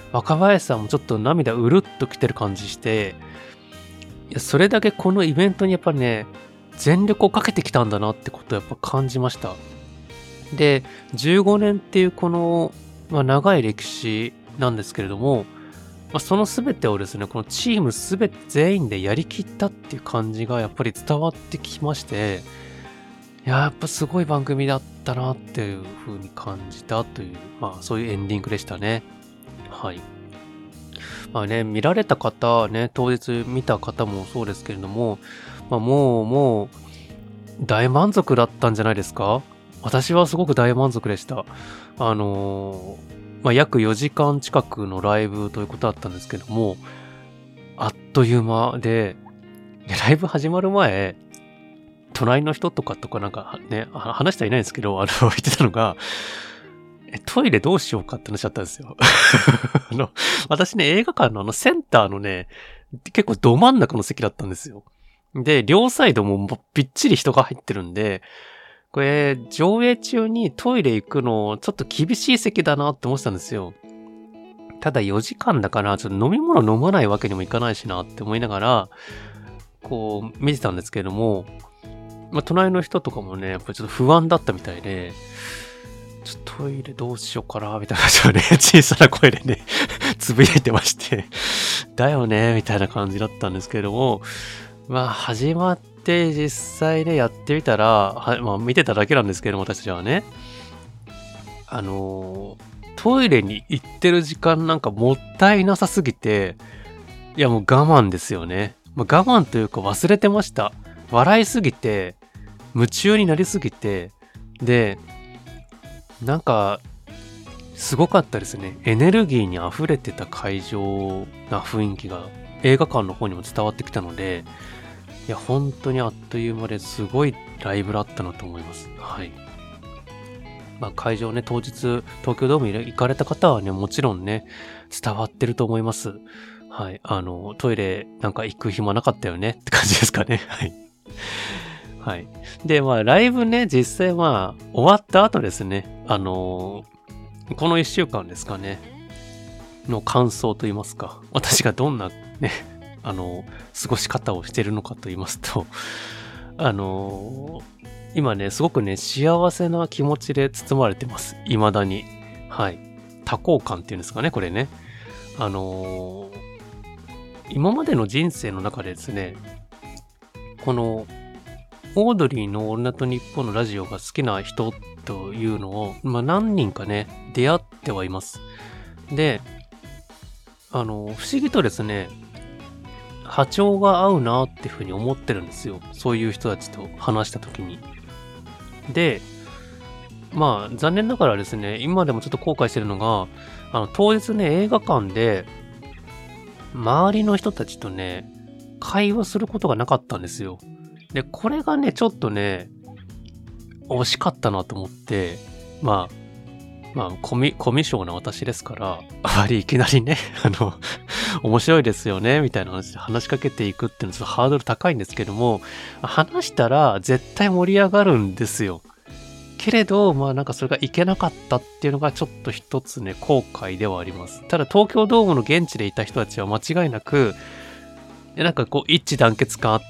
S1: 若林さんもちょっと涙うるっときてる感じして、いや、それだけこのイベントにやっぱりね、全力をかけてきたんだなってことをやっぱ感じました。で、じゅうごねんっていうこの、まあ、長い歴史なんですけれども、まあ、その全てをですね、このチーム全て全員でやりきったっていう感じがやっぱり伝わってきまして、いや、やっぱすごい番組だったなっていう風に感じたという、まあそういうエンディングでしたね。はい。まあね、見られた方、ね、当日見た方もそうですけれども、まあもう、もう、大満足だったんじゃないですか？私はすごく大満足でした。あのー、まあ約よじかん近くのライブということだったんですけども、あっという間で、ライブ始まる前、隣の人とかとかなんかね、話してはいないんですけど、あの、言ってたのが、え、トイレどうしようかって話だったんですよ。あの、私ね、映画館のあのセンターのね、結構ど真ん中の席だったんですよ。で、両サイドもびっちり人が入ってるんで、これ、上映中にトイレ行くの、ちょっと厳しい席だなって思ってたんですよ。ただよじかんだから、ちょっと飲み物飲まないわけにもいかないしなって思いながら、こう、見てたんですけれども、まあ、隣の人とかもね、やっぱりちょっと不安だったみたいで、ちょっとトイレどうしようかな、みたいな感じでね、小さな声でね、つぶやいてまして、だよね、みたいな感じだったんですけれども、まあ、始まって実際ね、やってみたら、はまあ、見てただけなんですけども、私たちはね、あのー、トイレに行ってる時間なんかもったいなさすぎて、いやもう我慢ですよね。まあ、我慢というか忘れてました。笑いすぎて、夢中になりすぎて、で、なんか、すごかったですね。エネルギーに溢れてた会場な雰囲気が映画館の方にも伝わってきたので、いや、本当にあっという間ですごいライブだったなと思います。はい。まあ会場ね、当日、東京ドームに行かれた方はね、もちろんね、伝わってると思います。はい。あの、トイレなんか行く暇なかったよねって感じですかね。はい。はい。で、まあ、ライブね、実際まあ、終わった後ですね、あのー、この一週間ですかね、の感想と言いますか、私がどんなね、あのー、過ごし方をしているのかと言いますと、あのー、今ね、すごくね、幸せな気持ちで包まれてます。未だに。はい。多幸感っていうんですかね、これね。あのー、今までの人生の中でですね、この、オードリーのオールナイトニッポンのラジオが好きな人というのを、まあ何人かね、出会ってはいます。で、あの、不思議とですね、波長が合うなっていうふうに思ってるんですよ。そういう人たちと話した時に。で、まあ残念ながらですね、今でもちょっと後悔してるのが、あの、当日ね、映画館で、周りの人たちとね、会話することがなかったんですよ。で、これがね、ちょっとね、惜しかったなと思って、まあ、まあ、コミ、コミュ障な私ですから、あまりいきなりね、あの、面白いですよね、みたいな話で話しかけていくっていうのはちょっとハードル高いんですけども、話したら絶対盛り上がるんですよ。けれど、まあなんかそれがいけなかったっていうのがちょっと一つね、後悔ではあります。ただ東京ドームの現地でいた人たちは間違いなく、なんかこう一致団結感あって、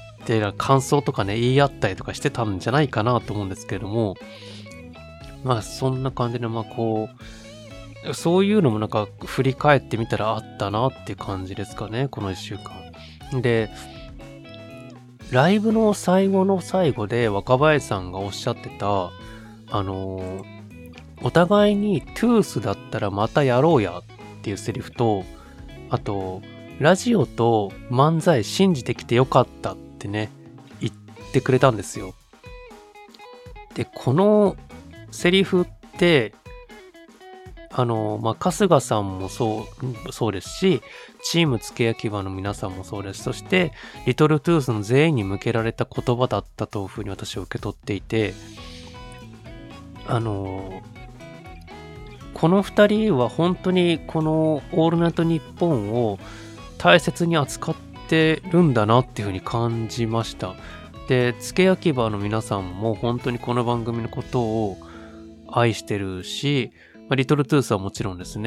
S1: 感想とかね、言い合ったりとかしてたんじゃないかなと思うんですけれども、まあそんな感じで、まあこう、そういうのもなんか振り返ってみたらあったなっていう感じですかね、この一週間。で、ライブの最後の最後で若林さんがおっしゃってた、あのー、お互いにトゥースだったらまたやろうやっていうセリフと、あと、ラジオと漫才信じてきてよかったってね、言ってくれたんですよ。で、このセリフって、あの、まあ、春日さんもそう、そうですし、チーム付け焼き場の皆さんもそうです。そして、リトルトゥースの全員に向けられた言葉だったというふうに私は受け取っていて、あの、この二人は本当にこのオールナイトニッポンを大切に扱ってるんだなっていうふうに感じました。で、付け焼き場の皆さんも本当にこの番組のことを愛してるし、まあ、リトルトゥースはもちろんですね。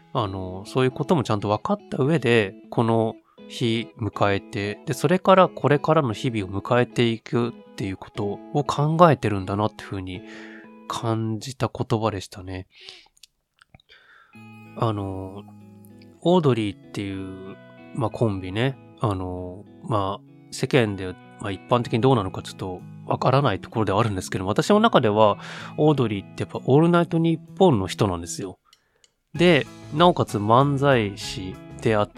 S1: あの、そういうこともちゃんと分かった上で、この日迎えて、で、それからこれからの日々を迎えていくっていうことを考えてるんだなっていうふうに感じた言葉でしたね。あの、オードリーっていう、まあ、コンビね、あの、まあ、世間で、まあ、一般的にどうなのかちょっとわからないところではあるんですけど、私の中では、オードリーってやっぱオールナイトニッポンの人なんですよ。で、なおかつ漫才師であって、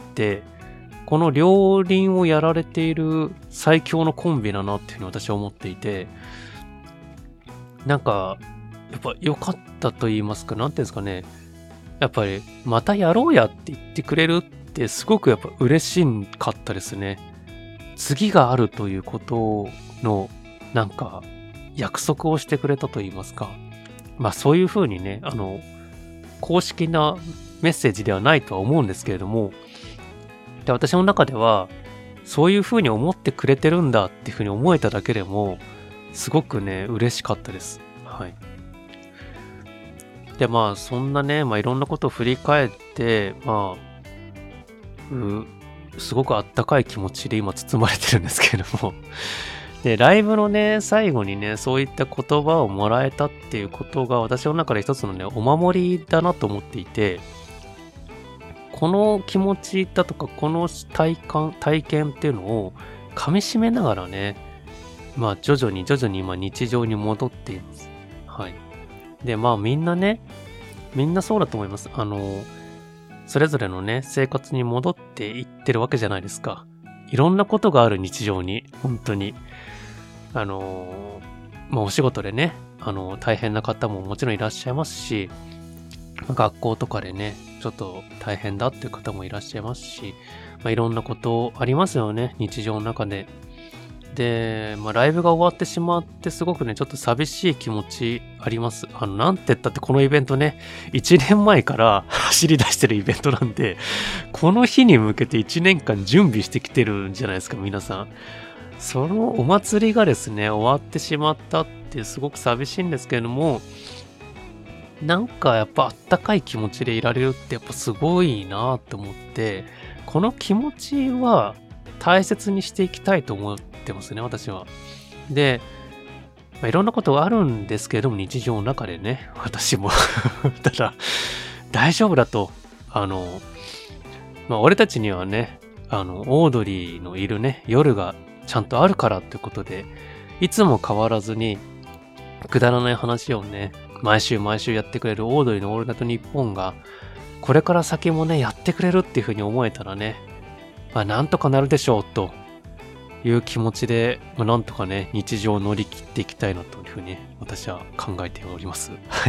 S1: この両輪をやられている最強のコンビだなっていうふうに私は思っていて、なんか、やっぱ良かったと言いますか、なんていうんですかね、やっぱりまたやろうやって言ってくれるってすごくやっぱ嬉しかったですね。次があるということのなんか約束をしてくれたと言いますか。まあそういうふうにね、あの、公式なメッセージではないとは思うんですけれども、で私の中ではそういうふうに思ってくれてるんだっていうふうに思えただけでもすごくね嬉しかったです。はい。でまあそんなね、まあいろんなことを振り返ってまあうすごくあったかい気持ちで今包まれてるんですけれどもでライブのね最後にねそういった言葉をもらえたっていうことが私の中で一つのねお守りだなと思っていて、この気持ちだとかこの体感体験っていうのを噛み締めながらね、まあ徐々に徐々に今日常に戻っています。はい。でまあみんなねみんなそうだと思います。あのそれぞれのね生活に戻っていってるわけじゃないですか。いろんなことがある日常に本当にあのー、まあお仕事でねあのー、大変な方ももちろんいらっしゃいますし、学校とかでねちょっと大変だっていう方もいらっしゃいますし、まあ、いろんなことありますよね日常の中で。で、まあ、ライブが終わってしまってすごくねちょっと寂しい気持ちあります。あのなんて言ったってこのイベントねいちねんまえから走り出してるイベントなんで、この日に向けていちねんかん準備してきてるんじゃないですか皆さん。そのお祭りがですね終わってしまったってすごく寂しいんですけれども、なんかやっぱあったかい気持ちでいられるってやっぱすごいなって思って、この気持ちは大切にしていきたいと思ってますね私は。で、まあ、いろんなことがあるんですけれども日常の中でね私もただ大丈夫だと、あのまあ俺たちにはねあのオードリーのいるね夜がちゃんとあるからってことで、いつも変わらずにくだらない話をね毎週毎週やってくれるオードリーのオールナイトニッポンがこれから先もねやってくれるっていう風に思えたらね、まあなんとかなるでしょうという気持ちで、まあ、なんとかね日常を乗り切っていきたいなという風に私は考えております。はい。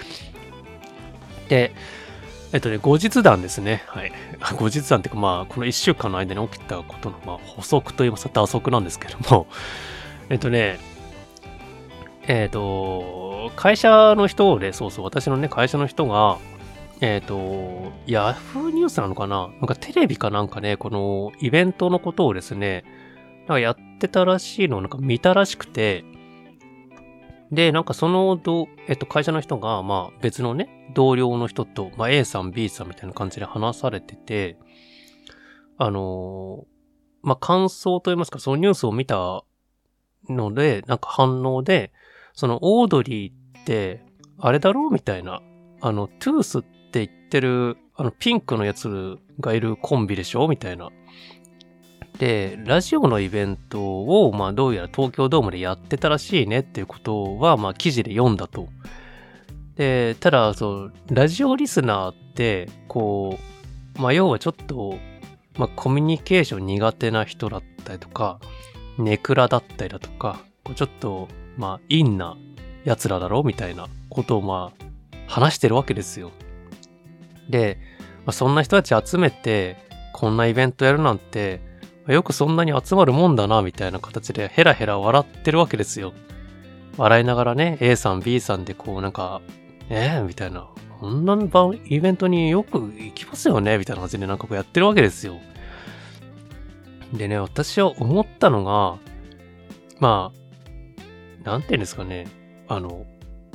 S1: でえっとね後日談ですね。はい。後日談っていうかまあこのいっしゅうかんの間に起きたことのまあ補足といいますか打足なんですけどもえっとねえっと会社の人で、そうそう私のね会社の人がえっとヤフーニュースなのかな、なんかテレビかなんかねこのイベントのことをですねなんかやってたらしいのをなんか見たらしくて、でなんかそのどえっと会社の人がまあ別のね同僚の人と、まあ、A さん B さんみたいな感じで話されてて、あのまあ感想といいますかそのニュースを見たのでなんか反応で、そのオードリーってあれだろうみたいな、あのトゥースって言ってるあのピンクのやつがいるコンビでしょみたいな。でラジオのイベントをまあどうやら東京ドームでやってたらしいねっていうことはまあ記事で読んだと。でただそうラジオリスナーってこうまあ要はちょっとまあコミュニケーション苦手な人だったりとかネクラだったりだとかちょっとまあ陰な奴らだろうみたいなことをまあ話してるわけですよ。で、まあ、そんな人たち集めてこんなイベントやるなんてよくそんなに集まるもんだなみたいな形でヘラヘラ笑ってるわけですよ。笑いながらね A さん B さんでこうなんかえー、みたいな、こんなイベントによく行きますよねみたいな感じでなんかこうやってるわけですよ。でね私は思ったのがまあなんていうんですかね、あの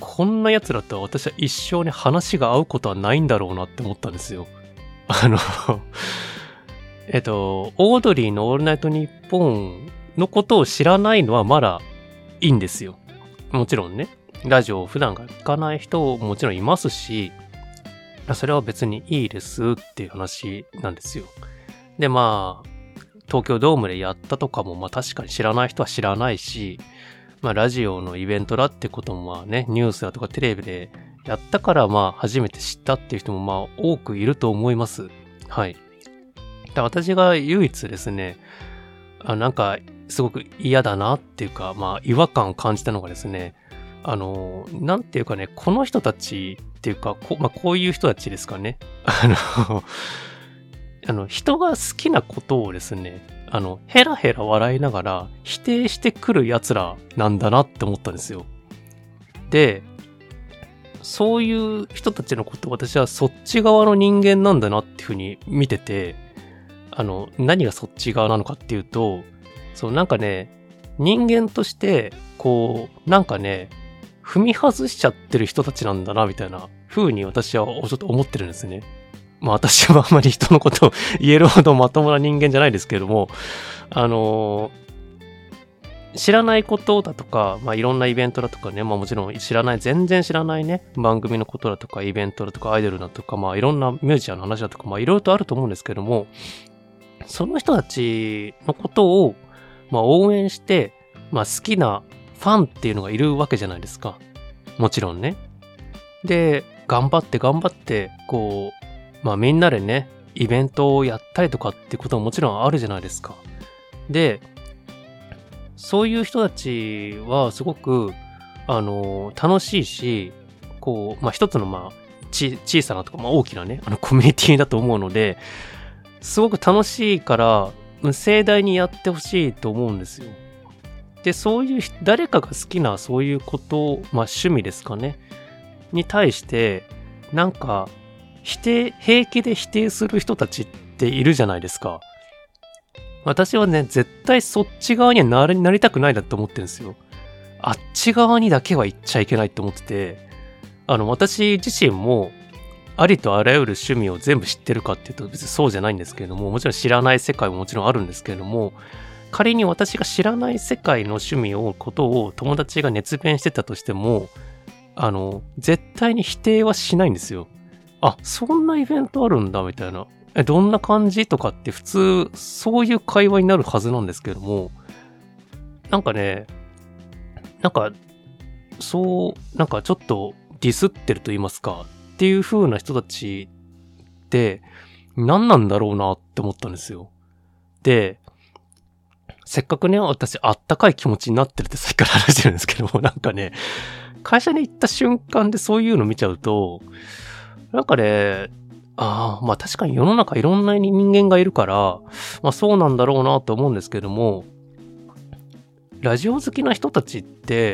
S1: こんな奴らとは私は一生ね、話が合うことはないんだろうなって思ったんですよ。あの、えっと、オードリーのオールナイトニッポンのことを知らないのはまだいいんですよ。もちろんね、ラジオを普段から聞かない人ももちろんいますし、それは別にいいですっていう話なんですよ。で、まあ、東京ドームでやったとかも、まあ確かに知らない人は知らないし、まあラジオのイベントだってこともまあね、ニュースだとかテレビでやったからまあ初めて知ったっていう人もまあ多くいると思います。はい。だ私が唯一ですね、あなんかすごく嫌だなっていうか、まあ違和感を感じたのがですね、あの、なんていうかね、この人たちっていうか、こ,、まあ、こういう人たちですかね。あの、あの人が好きなことをですね、あの、ヘラヘラ笑いながら否定してくる奴らなんだなって思ったんですよ。で、そういう人たちのことを私はそっち側の人間なんだなっていうふうに見てて、あの、何がそっち側なのかっていうと、そう、なんかね、人間として、こう、なんかね、踏み外しちゃってる人たちなんだな、みたいな風に私はちょっと思ってるんですね。まあ私はあんまり人のことを言えるほどまともな人間じゃないですけれども、あのー、知らないことだとか、まあいろんなイベントだとかね、まあもちろん知らない、全然知らないね、番組のことだとか、イベントだとか、アイドルだとか、まあいろんなミュージシャンの話だとか、まあいろいろとあると思うんですけども、その人たちのことを、まあ応援して、まあ好きなファンっていうのがいるわけじゃないですか。もちろんね。で、頑張って頑張って、こう、まあみんなでね、イベントをやったりとかってことももちろんあるじゃないですか。で、そういう人たちはすごく、あの、楽しいし、こう、まあ一つのまあ、ち、小さなとか、まあ大きなね、あのコミュニティだと思うので、すごく楽しいから、盛大にやってほしいと思うんですよ。で、そういう、誰かが好きなそういうこと、まあ趣味ですかね。に対して、なんか、否定、平気で否定する人たちっているじゃないですか。私はね、絶対そっち側にはなり、なりたくないなって思ってるんですよ。あっち側にだけは行っちゃいけないって思ってて、あの、私自身も、ありとあらゆる趣味を全部知ってるかっていうと別にそうじゃないんですけれども、もちろん知らない世界ももちろんあるんですけれども、仮に私が知らない世界の趣味を、ことを友達が熱弁してたとしても、あの、絶対に否定はしないんですよ。あ、そんなイベントあるんだ、みたいな。え、どんな感じとかって普通、そういう会話になるはずなんですけれども、なんかね、なんか、そう、なんかちょっとディスってると言いますか、っていう風な人たちって、何なんだろうなって思ったんですよ。で、せっかくね、私、あったかい気持ちになってるってさっきから話してるんですけども、なんかね、会社に行った瞬間でそういうの見ちゃうと、なんかね、ああ、まあ確かに世の中いろんな人間がいるから、まあそうなんだろうなと思うんですけども、ラジオ好きな人たちって、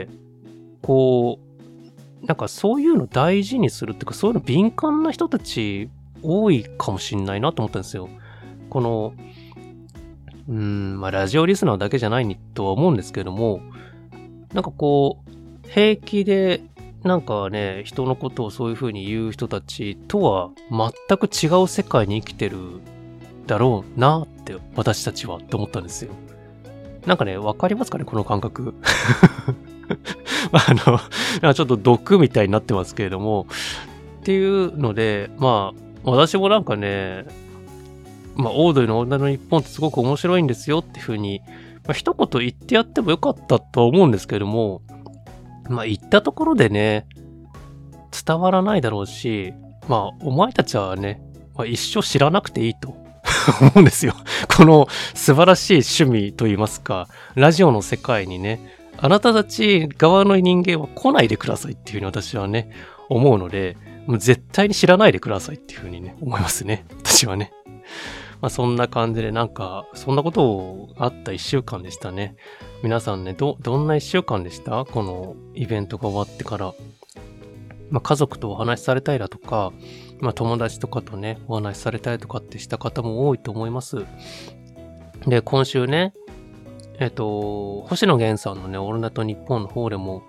S1: こう、なんかそういうの大事にするっていうか、そういうの敏感な人たち多いかもしんないなと思ったんですよ。この、うーん、まあラジオリスナーだけじゃないにとは思うんですけども、なんかこう、平気で、なんかね、人のことをそういう風に言う人たちとは全く違う世界に生きてるだろうなって、私たちはって思ったんですよ。なんかね、わかりますかねこの感覚。あの、なんかちょっと毒みたいになってますけれども、っていうので、まあ、私もなんかね、まあ、オードリーの女の日本ってすごく面白いんですよっていう風に、まあ、一言言ってやってもよかったとは思うんですけれども、まあ言ったところでね、伝わらないだろうし、まあお前たちはね、まあ、一生知らなくていいと思うんですよ。この素晴らしい趣味といいますか、ラジオの世界にね、あなたたち側の人間は来ないでくださいっていうふうに私はね、思うので、もう絶対に知らないでくださいっていうふうにね、思いますね。私はね。まあそんな感じでなんか、そんなことがあった一週間でしたね。皆さんね、ど、どんな一週間でした?このイベントが終わってから。まあ家族とお話しされたりだとか、まあ友達とかとね、お話しされたりとかってした方も多いと思います。で、今週ね、えっと、星野源さんのね、オールナイトニッポンの方でも、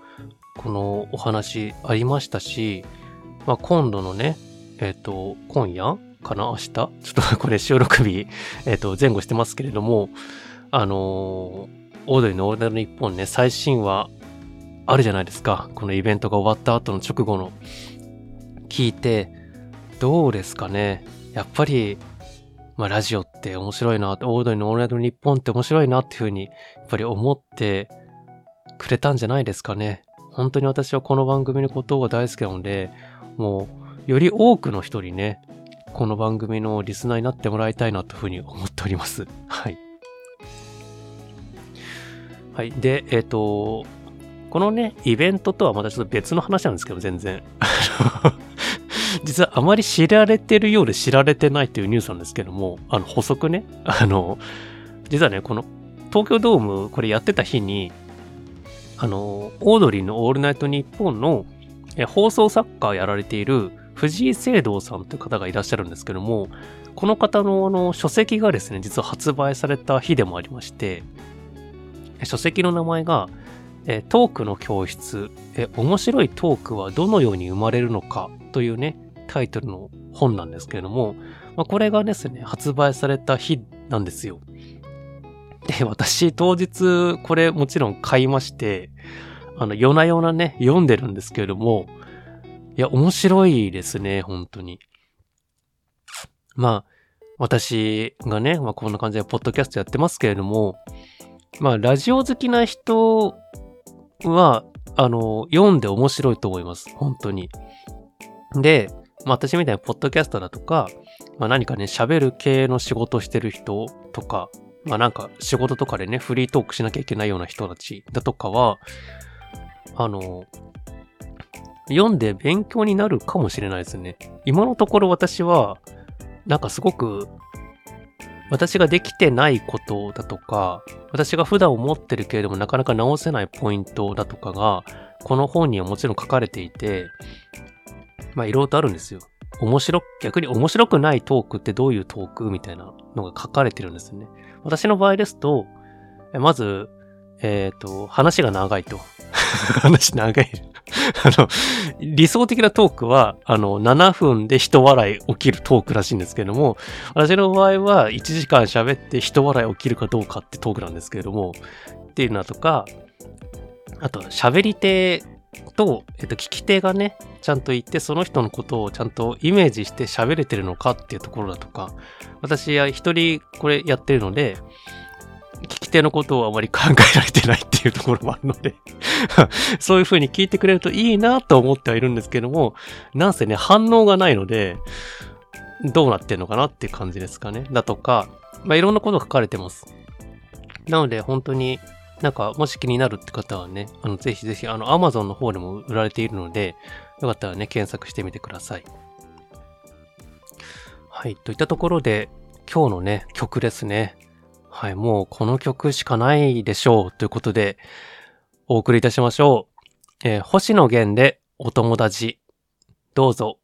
S1: このお話ありましたし、まあ、今度のね、えっと、今夜かな明日ちょっとこれ収録日、えっと、前後してますけれども、あのー、オードリーのオールナイトニッポンね、最新話あるじゃないですか。このイベントが終わった後の直後の聞いて、どうですかね。やっぱり、まあ、ラジオって面白いな、オードリーのオールナイトニッポンって面白いなっていうふうに、やっぱり思ってくれたんじゃないですかね。本当に私はこの番組のことが大好きなので、もう、より多くの人にね、この番組のリスナーになってもらいたいなというふうに思っております。はい。はい。で、えっと、このね、イベントとはまたちょっと別の話なんですけど、全然。実はあまり知られてるようで知られてないというニュースなんですけども、あの、補足ね。あの、実はね、この東京ドーム、これやってた日に、あの、オードリーのオールナイトニッポンのえ放送作家やられている藤井聖堂さんという方がいらっしゃるんですけども、この方のあの書籍がですね、実は発売された日でもありまして、書籍の名前が、えトークの教室え、面白いトークはどのように生まれるのかというね、タイトルの本なんですけれども、まあ、これがですね、発売された日なんですよ。で、私当日これもちろん買いまして、あの、夜な夜なね、読んでるんですけれども、いや、面白いですね、本当に。まあ、私がね、まあこんな感じでポッドキャストやってますけれども、まあ、ラジオ好きな人は、あの、読んで面白いと思います、本当に。で、まあ私みたいにポッドキャストだとか、まあ何かね、喋る系の仕事をしてる人とか、まあなんか仕事とかでね、フリートークしなきゃいけないような人たちだとかは、あの、読んで勉強になるかもしれないですね。今のところ私は、なんかすごく、私ができてないことだとか、私が普段思ってるけれどもなかなか直せないポイントだとかが、この本にはもちろん書かれていて、まあいろいろとあるんですよ。面白、逆に面白くないトークってどういうトークみたいなのが書かれてるんですよね。私の場合ですと、まず、えっと、話が長いと。話長い。あの、理想的なトークは、あの、ななふんで一笑い起きるトークらしいんですけれども、私の場合はいちじかん喋って一笑い起きるかどうかってトークなんですけれども、っていうのとか、あと、喋り手と、えっと、聞き手がね、ちゃんと言って、その人のことをちゃんとイメージして喋れてるのかっていうところだとか、私は一人これやってるので、聞き手のことをあまり考えられてないっていうところもあるのでそういう風に聞いてくれるといいなと思ってはいるんですけども、なんせね、反応がないので、どうなってんのかなっていう感じですかね。だとか、まあ、いろんなことが書かれてます。なので、本当になんか、もし気になるって方はね、あの、ぜひぜひ、あの、Amazon の方でも売られているので、よかったらね、検索してみてください。はい、といったところで、今日のね、曲ですね。はい、もうこの曲しかないでしょうということで、お送りいたしましょう。えー、星野源でお友達。どうぞ。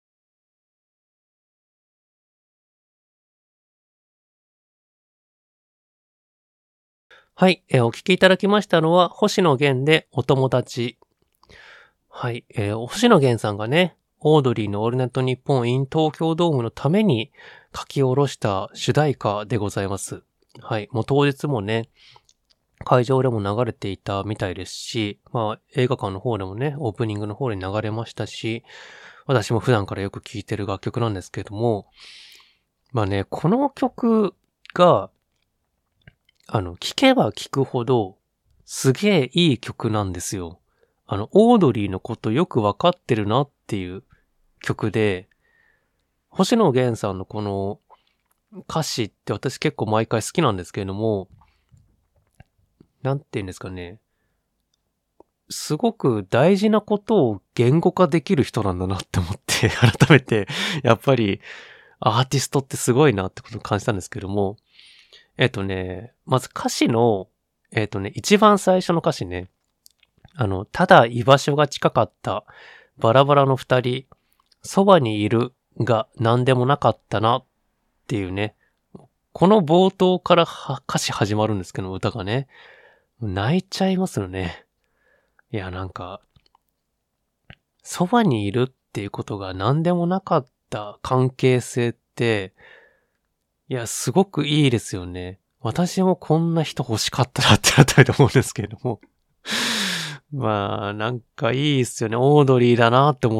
S1: はい、えー、お聴きいただきましたのは、星野源でお友達。はい、えー、星野源さんがね、オードリーのオールナイトニッポン in 東京ドームのために書き下ろした主題歌でございます。はい、もう当日もね、会場でも流れていたみたいですし、まあ映画館の方でもね、オープニングの方で流れましたし、私も普段からよく聴いてる楽曲なんですけれども、まあね、この曲が、あの、聴けば聴くほど、すげえいい曲なんですよ。あの、オードリーのことよくわかってるなっていう曲で、星野源さんのこの歌詞って私結構毎回好きなんですけれども、なんて言うんですかね。すごく大事なことを言語化できる人なんだなって思って、改めて、やっぱりアーティストってすごいなってことを感じたんですけども、えっとね、まず歌詞の、えっとね、一番最初の歌詞ね、あの、ただ居場所が近かった、バラバラの二人、そばにいるが何でもなかったなっていうね、この冒頭から歌詞始まるんですけど、歌がね、泣いちゃいますよね。いや、なんか、 そばにいるっていうことが何でもなかった関係性って、いや、すごくいいですよね。私もこんな人欲しかったなって改めて思うんですけれども。まあ、なんかいいっすよね。オードリーだなって思って。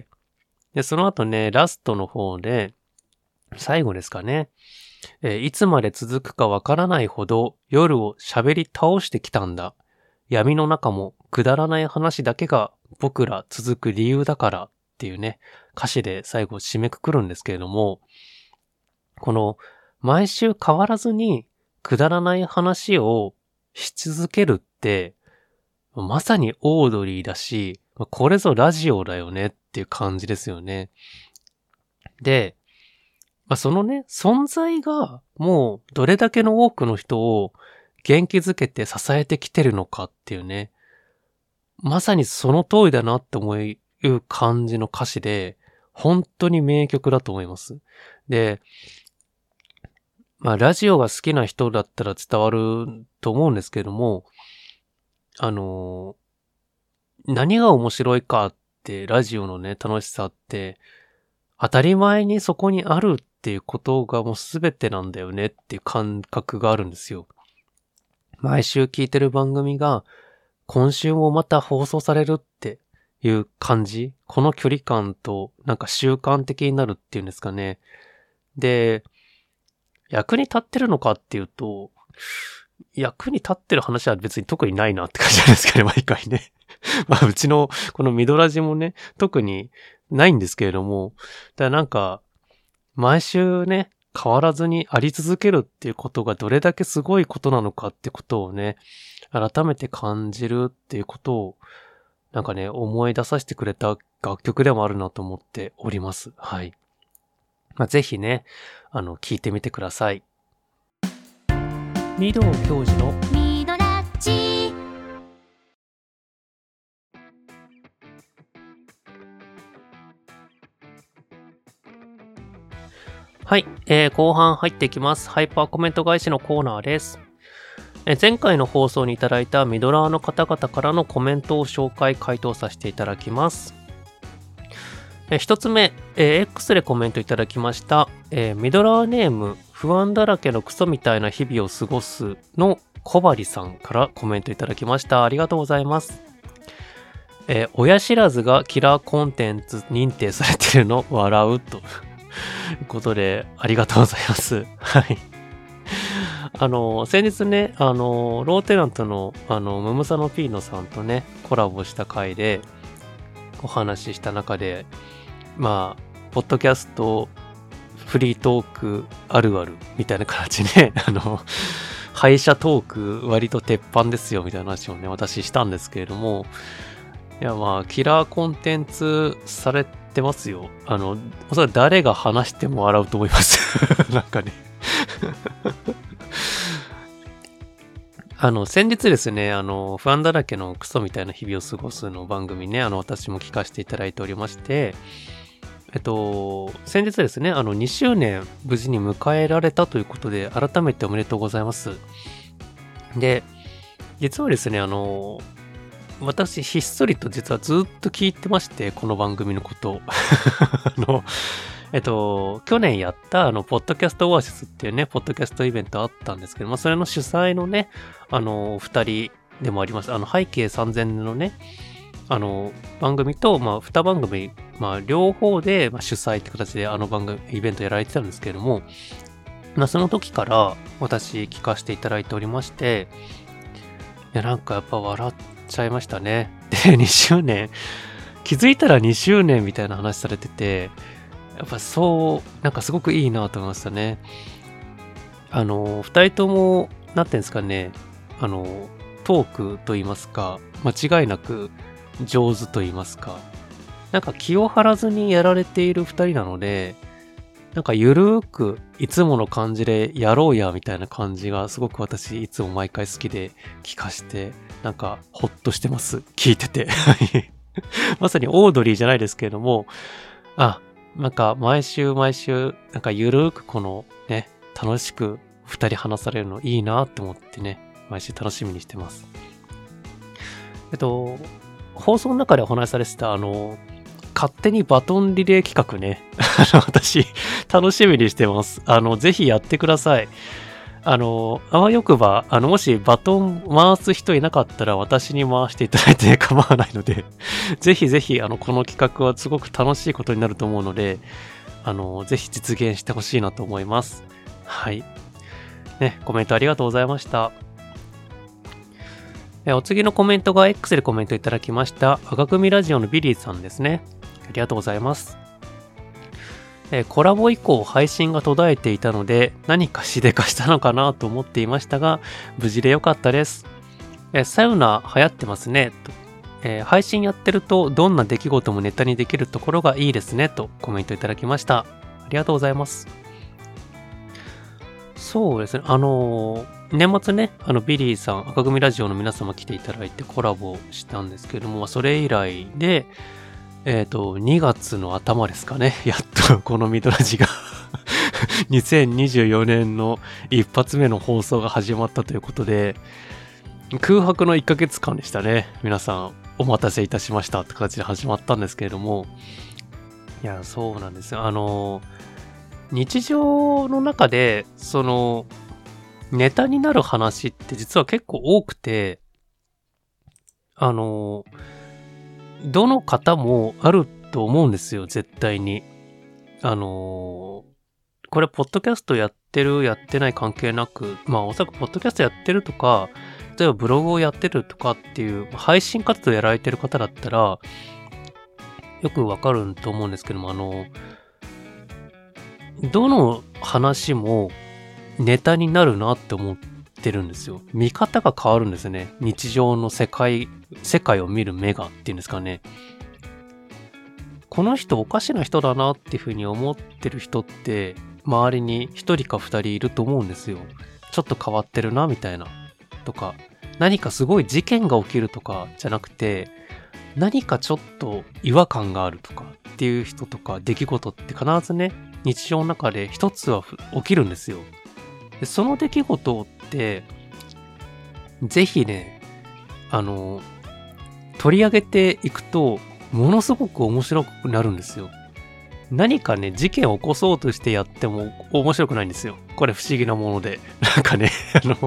S1: で、その後ね、ラストの方で、最後ですかね。えーいつまで続くかわからないほど夜を喋り倒してきたんだ。闇の中もくだらない話だけが僕ら続く理由だからっていうね、歌詞で最後締めくくるんですけれども、この毎週変わらずにくだらない話をし続けるって、まさにオードリーだし、これぞラジオだよねっていう感じですよね。で、まあ、そのね、存在がもうどれだけの多くの人を元気づけて支えてきてるのかっていうね、まさにその通りだなって思う感じの歌詞で、本当に名曲だと思います。で、まあラジオが好きな人だったら伝わると思うんですけども、あのー、何が面白いかってラジオのね、楽しさって、当たり前にそこにあるっていうことがもう全てなんだよねっていう感覚があるんですよ。毎週聞いてる番組が今週もまた放送されるっていう感じ、この距離感となんか習慣的になるっていうんですかね。で、役に立ってるのかっていうと、役に立ってる話は別に特にないなって感じなんですけど、毎回ね。まあうちのこのミドラジもね、特にないんですけれども、だからなんか、毎週ね、変わらずにあり続けるっていうことがどれだけすごいことなのかってことをね、改めて感じるっていうことを、なんかね、思い出させてくれた楽曲でもあるなと思っております。はい。まあ、ぜひね、あの、聞いてみてください。御堂教授の
S2: ミドラジ。
S1: はい、えー、後半入っていきます。ハイパーコメント返しのコーナーです。えー前回の放送にいただいたミドラーの方々からのコメントを紹介、回答させていただきます。えー一つ目、えー X でコメントいただきました。えーミドラーネーム、不安だらけのクソみたいな日々を過ごすの小針さんからコメントいただきました。ありがとうございます。えー親知らずがキラーコンテンツ認定されてるの笑うということで、ありがとうございます。はい。あの、先日ね、あの、ローテナントの、あの、ムムサノピーノさんとね、コラボした回で、お話しした中で、まあ、ポッドキャスト、フリートークあるある、みたいな形で、あの、敗者トーク割と鉄板ですよ、みたいな話をね、私したんですけれども、いや、まあ、キラーコンテンツされてますよ。あの、それ誰が話しても笑うと思います。なんかね。あの、先日ですね、あの、不安だらけのクソみたいな日々を過ごすの番組ね、あの、私も聞かせていただいておりまして、えっと、先日ですね、あの、にしゅうねん無事に迎えられたということで、改めておめでとうございます。で、実はですね、あの、私、ひっそりと実はずっと聞いてまして、この番組のことを。あの、えっと、去年やった、あの、ポッドキャストオアシスっていうね、ポッドキャストイベントあったんですけど、まあ、それの主催のね、あの、二人でもあります。あの、背景さんぜんねんのね、あの、番組と、まあ、二番組、まあ、両方で、まあ、主催って形で、あの番組、イベントやられてたんですけれども、まあ、その時から、私、聞かせていただいておりまして、いや、なんかやっぱ笑っちゃいましたね。で、にしゅうねん、気づいたらにしゅうねんみたいな話されてて、やっぱそう、なんかすごくいいなと思いましたね。あの、二人とも、なんていうんですかね、あの、トークと言いますか、間違いなく上手と言いますか、なんか気を張らずにやられている二人なので、なんかゆるーくいつもの感じでやろうやみたいな感じがすごく私いつも毎回好きで聞かして、なんかほっとしてます。聞いてて。まさにオードリーじゃないですけれども、あ、なんか毎週毎週、なんかゆるーくこのね、楽しく二人話されるのいいなって思ってね、毎週楽しみにしてます。えっと、放送の中でお話しされてたあの、 勝手にバトンリレー企画ね。あの、私、楽しみにしてます。あの、ぜひやってください。あの、あわよくば、あの、もしバトン回す人いなかったら私に回していただいて構わないので、ぜひぜひ、あの、この企画はすごく楽しいことになると思うので、あの、ぜひ実現してほしいなと思います。はい。ね、コメントありがとうございました。えお次のコメントが X でコメントいただきました。赤組ラジオのビリーさんですね。ありがとうございます。えコラボ以降配信が途絶えていたので何かしでかしたのかなと思っていましたが、無事でよかったです。えサウナ流行ってますねと、えー、配信やってるとどんな出来事もネタにできるところがいいですねとコメントいただきました。ありがとうございます。そうですね、あのー年末ね、あのビリーさん、赤組ラジオの皆様来ていただいてコラボしたんですけれども、それ以来で、えっと、にがつの頭ですかね、やっとこのミドラジがにせんにじゅうよねんの一発目の放送が始まったということで、空白のいっかげつかんでしたね。皆さん、お待たせいたしましたって形で始まったんですけれども、いや、そうなんですよ。あの、日常の中で、その、ネタになる話って実は結構多くて、あの、どの方もあると思うんですよ、絶対に。あの、これ、ポッドキャストやってる、やってない関係なく、まあ、おそらくポッドキャストやってるとか、例えばブログをやってるとかっていう、配信活動やられてる方だったら、よくわかると思うんですけども、あの、どの話も、ネタになるなって思ってるんですよ。見方が変わるんですね。日常の世界、世界を見る目がっていうんですかね。この人おかしな人だなっていうふうに思ってる人って周りに一人か二人いると思うんですよ。ちょっと変わってるなみたいなとか、何かすごい事件が起きるとかじゃなくて、何かちょっと違和感があるとかっていう人とか出来事って必ずね、日常の中で一つは起きるんですよ。でその出来事ってぜひね、あの取り上げていくとものすごく面白くなるんですよ。何かね、事件を起こそうとしてやっても面白くないんですよ。これ不思議なもので、なんかね、あの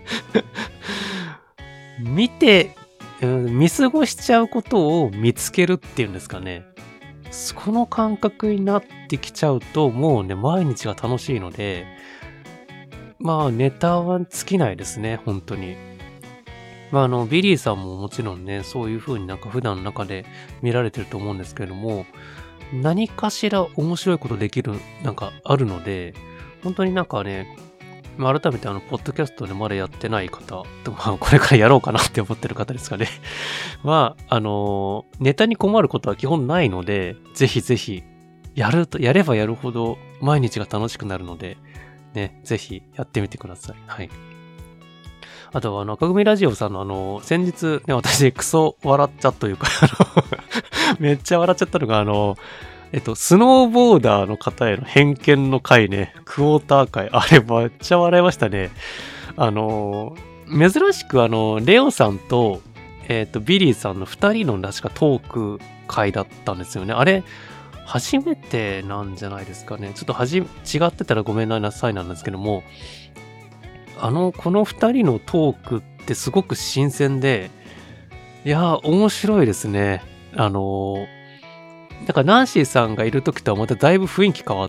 S1: 見て、うん、見過ごしちゃうことを見つけるっていうんですかね。この感覚になってきちゃうともうね、毎日が楽しいので、まあネタは尽きないですね、本当に。まああのビリーさんももちろんね、そういう風になんか普段の中で見られてると思うんですけれども、何かしら面白いことできるなんかあるので、本当になんかね、まあ、改めてあのポッドキャストでまだやってない方と、まあこれからやろうかなって思ってる方ですかね。まああのネタに困ることは基本ないので、ぜひぜひやるとやればやるほど毎日が楽しくなるので。ね、ぜひやってみてください。はい。あとは、あの、赤組ラジオさんのあの、先日ね、私、クソ笑っちゃというか、あの、めっちゃ笑っちゃったのが、あの、えっと、スノーボーダーの方への偏見の回ね、クォーター回、あれめっちゃ笑いましたね。あの、珍しくあの、レオさんと、えっと、ビリーさんの二人の確かトーク回だったんですよね。あれ、初めてなんじゃないですかね。ちょっとはじ、違ってたらごめんなさいなんですけども、あの、この二人のトークってすごく新鮮で、いやー、面白いですね。あのー、なんかナンシーさんがいる時とはまただいぶ雰囲気変わって、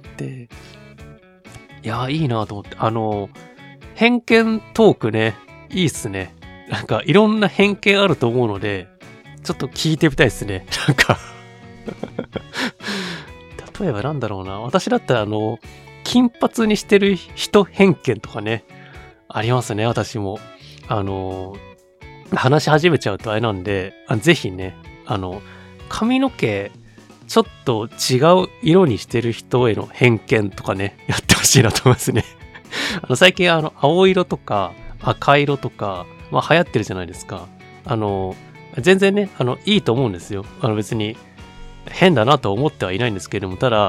S1: いやー、いいなと思って、あのー、偏見トークね、いいっすね。なんかいろんな偏見あると思うので、ちょっと聞いてみたいですね。なんか例えばなんだろうな。私だったらあの、金髪にしてる人偏見とかね、ありますね、私も。あの、話し始めちゃうとあれなんで、あぜひね、あの、髪の毛、ちょっと違う色にしてる人への偏見とかね、やってほしいなと思いますね。あの最近あの、青色とか赤色とか、まあ流行ってるじゃないですか。あの、全然ね、あの、いいと思うんですよ。あの別に、変だなと思ってはいないんですけれども、ただ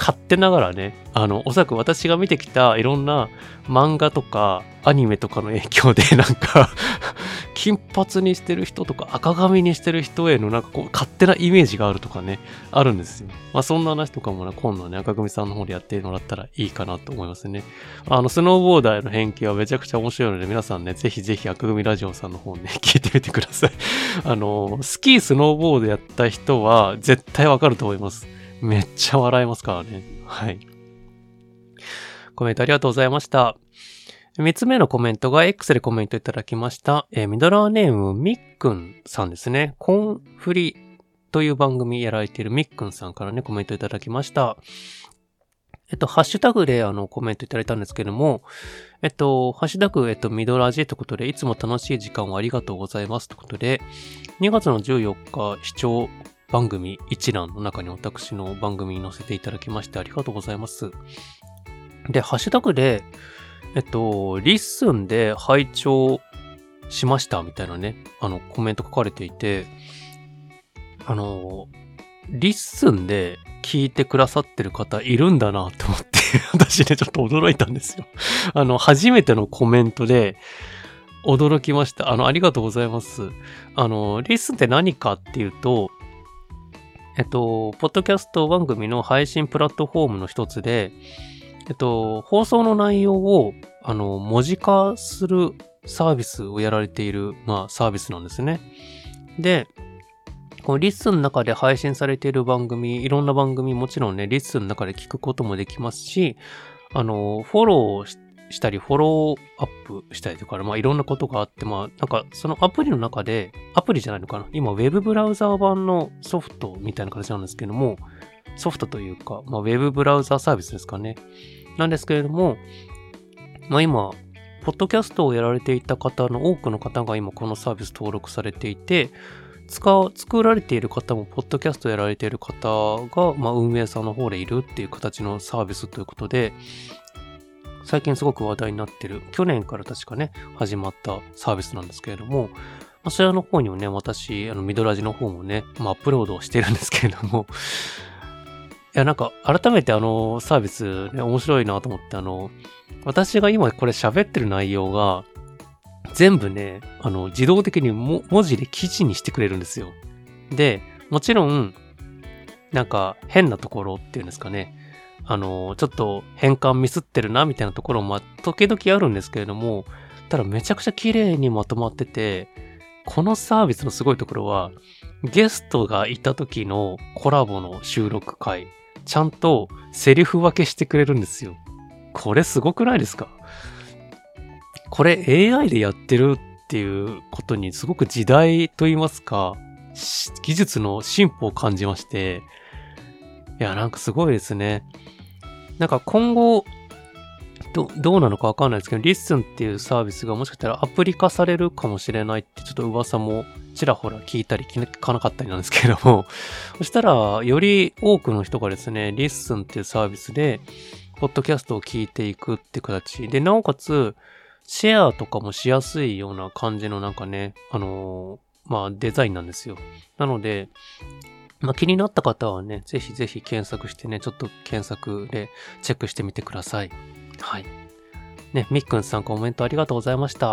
S1: 勝手ながらね、あの、おそらく私が見てきたいろんな漫画とかアニメとかの影響で、なんか、金髪にしてる人とか赤髪にしてる人へのなんかこう、勝手なイメージがあるとかね、あるんですよ。まあそんな話とかもね、今度ね、赤組さんの方でやってもらったらいいかなと思いますね。あの、スノーボーダーへの偏見はめちゃくちゃ面白いので、皆さんね、ぜひぜひ赤組ラジオさんの方ね、聞いてみてください。あの、スキー、スノーボードやった人は絶対わかると思います。めっちゃ笑えますからね。はい。コメントありがとうございました。三つ目のコメントが X でコメントいただきました。えー、ミドラーネームみっくんさんですね。コンフリという番組やられているみっくんさんからね、コメントいただきました。えっと、ハッシュタグであのコメントいただいたんですけども、えっと、ハッシュタグ、えっと、ミドラジということで、いつも楽しい時間をありがとうございますということで、にがつのじゅうよっか視聴番組一覧の中に私の番組に載せていただきましてありがとうございます。で、ハッシュタグで、えっと、リッスンで拝聴しましたみたいなね、あの、コメント書かれていて、あの、リッスンで聞いてくださってる方いるんだなと思って、私ね、ちょっと驚いたんですよ。あの、初めてのコメントで驚きました。あの、ありがとうございます。あの、リッスンって何かっていうと、えっと、ポッドキャスト番組の配信プラットフォームの一つで、えっと、放送の内容を、あの、文字化するサービスをやられている、まあ、サービスなんですね。で、このリッスンの中で配信されている番組、いろんな番組もちろんね、リッスンの中で聞くこともできますし、あの、フォローししたり、フォローアップしたりとか、まあ、いろんなことがあって、まあ、なんか、そのアプリの中で、アプリじゃないのかな、今、ウェブブラウザー版のソフトみたいな形なんですけども、ソフトというか、まあ、ウェブブラウザーサービスですかね。なんですけれども、まあ今、ポッドキャストをやられていた方の多くの方が今このサービス登録されていて、使う、作られている方も、ポッドキャストやられている方が、まあ運営さんの方でいるっていう形のサービスということで、最近すごく話題になってる、去年から確かね、始まったサービスなんですけれども、まあ、そちらの方にもね、私、あの、ミドラジの方もね、まあアップロードをしてるんですけれども、いや、なんか、改めてあの、サービスね、面白いなと思って、あの、私が今これ喋ってる内容が、全部ね、あの、自動的にも文字で記事にしてくれるんですよ。で、もちろん、なんか、変なところっていうんですかね、あの、ちょっと変換ミスってるな、みたいなところも、時々あるんですけれども、ただめちゃくちゃ綺麗にまとまってて、このサービスのすごいところは、ゲストがいた時のコラボの収録回、ちゃんとセリフ分けしてくれるんですよ。これすごくないですか？これ エーアイ でやってるっていうことにすごく時代と言いますか、技術の進歩を感じまして、いや、なんかすごいですね。なんか今後、ど, どうなのかわかんないですけど、リッスンっていうサービスがもしかしたらアプリ化されるかもしれないってちょっと噂もちらほら聞いたり聞かなかったりなんですけれども、そしたらより多くの人がですね、リッスンっていうサービスでポッドキャストを聞いていくって形で、なおかつシェアとかもしやすいような感じのなんかね、あのー、まあデザインなんですよ。なので、まあ、気になった方はね、ぜひぜひ検索してね、ちょっと検索でチェックしてみてください。はい。ね、みっくんさんコメントありがとうございました。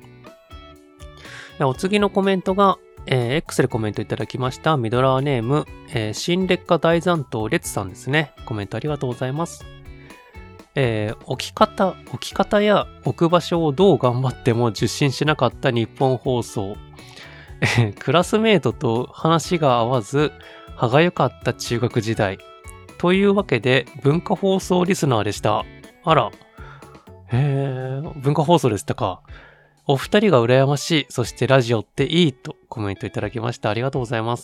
S1: お次のコメントが、えー、X でコメントいただきました。ミドラーネーム、えー、新劣化大残党列さんですね。コメントありがとうございます。えー、置き方、置き方や置く場所をどう頑張っても受信しなかった日本放送。クラスメートと話が合わず歯がゆかった中学時代というわけで文化放送リスナーでした。あら、へー、文化放送でしたか。お二人が羨ましい。そしてラジオっていいとコメントいただきました。ありがとうございます。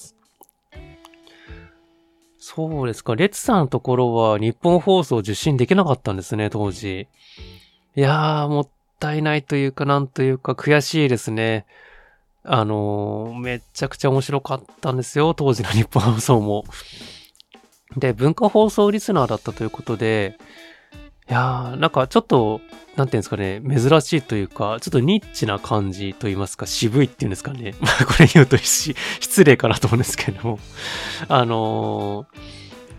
S1: そうですか。レツさんのところは日本放送受信できなかったんですね、当時。いやー、もったいないというかなんというか悔しいですね。あのー、めちゃくちゃ面白かったんですよ、当時の日本放送も。で、文化放送リスナーだったということで、いやー、なんかちょっと、なんていうんですかね、珍しいというか、ちょっとニッチな感じと言いますか、渋いっていうんですかね。まあ、これ言うと失礼かなと思うんですけども。あの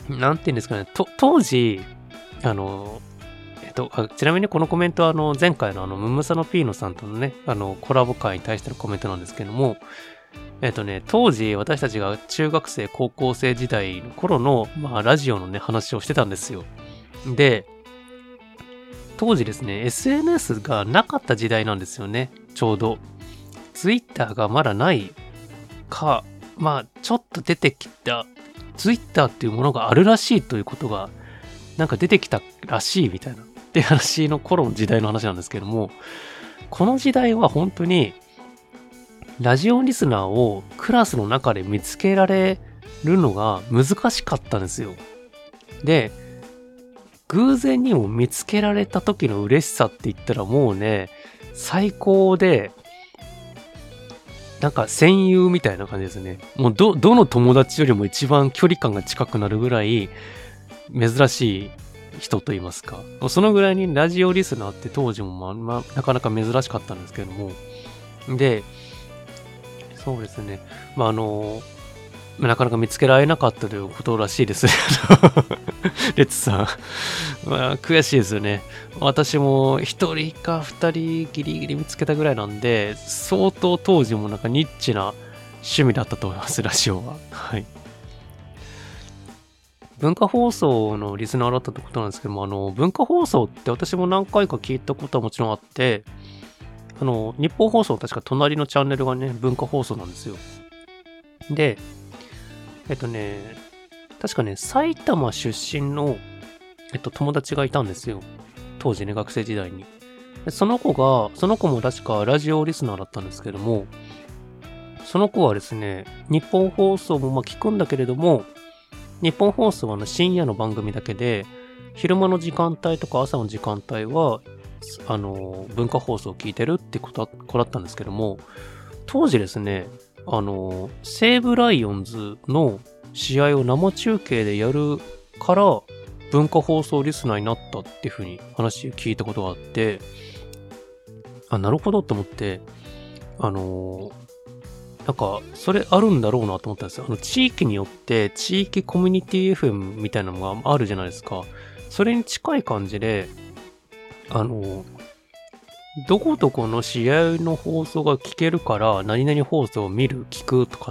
S1: なんていうんですかね、と当時、あの、えっと、あちなみにこのコメントはあの前回のあのムムサノピーノさんとのね、あのコラボ会に対してのコメントなんですけども、えっとね、当時私たちが中学生、高校生時代の頃の、まあ、ラジオのね、話をしてたんですよ。で、当時ですね、エスエヌエス がなかった時代なんですよね、ちょうど。Twitter がまだないか、まあ、ちょっと出てきた、Twitter っていうものがあるらしいということが、なんか出てきたらしいみたいな、って話の頃の時代の話なんですけども、この時代は本当に、ラジオリスナーをクラスの中で見つけられるのが難しかったんですよ。で、偶然にも見つけられた時の嬉しさって言ったらもうね、最高で、なんか戦友みたいな感じですね。もうど、どの友達よりも一番距離感が近くなるぐらい珍しい人と言いますか。そのぐらいにラジオリスナーって当時もまあ、まあ、なかなか珍しかったんですけれども。で、そうですね。まあ、あの、なかなか見つけられなかったということらしいですね。レッツさん。まあ、悔しいですよね。私も一人か二人ギリギリ見つけたぐらいなんで、相当当時もなんかニッチな趣味だったと思います、ラジオは。はい。文化放送のリスナーだったってことなんですけども、あの、文化放送って私も何回か聞いたことはもちろんあって、あの、日本放送確か隣のチャンネルがね、文化放送なんですよ。で、えっとね、確かね、埼玉出身の、えっと、友達がいたんですよ。当時ね、学生時代に。でその子が、その子も確かラジオリスナーだったんですけども、その子はですね、日本放送もまあ聞くんだけれども、日本放送はあの深夜の番組だけで、昼間の時間帯とか朝の時間帯は、あの、文化放送を聞いてるって子だったんですけども、当時ですね、あの、西武ライオンズの試合を生中継でやるから文化放送リスナーになったっていう風に話を聞いたことがあって、あ、なるほどと思って、あの、なんか、それあるんだろうなと思ったんですよ。あの、地域によって地域コミュニティ エフエム みたいなのがあるじゃないですか。それに近い感じで、あの、どこどこの試合の放送が聞けるから何々放送を見る、聞くとかって、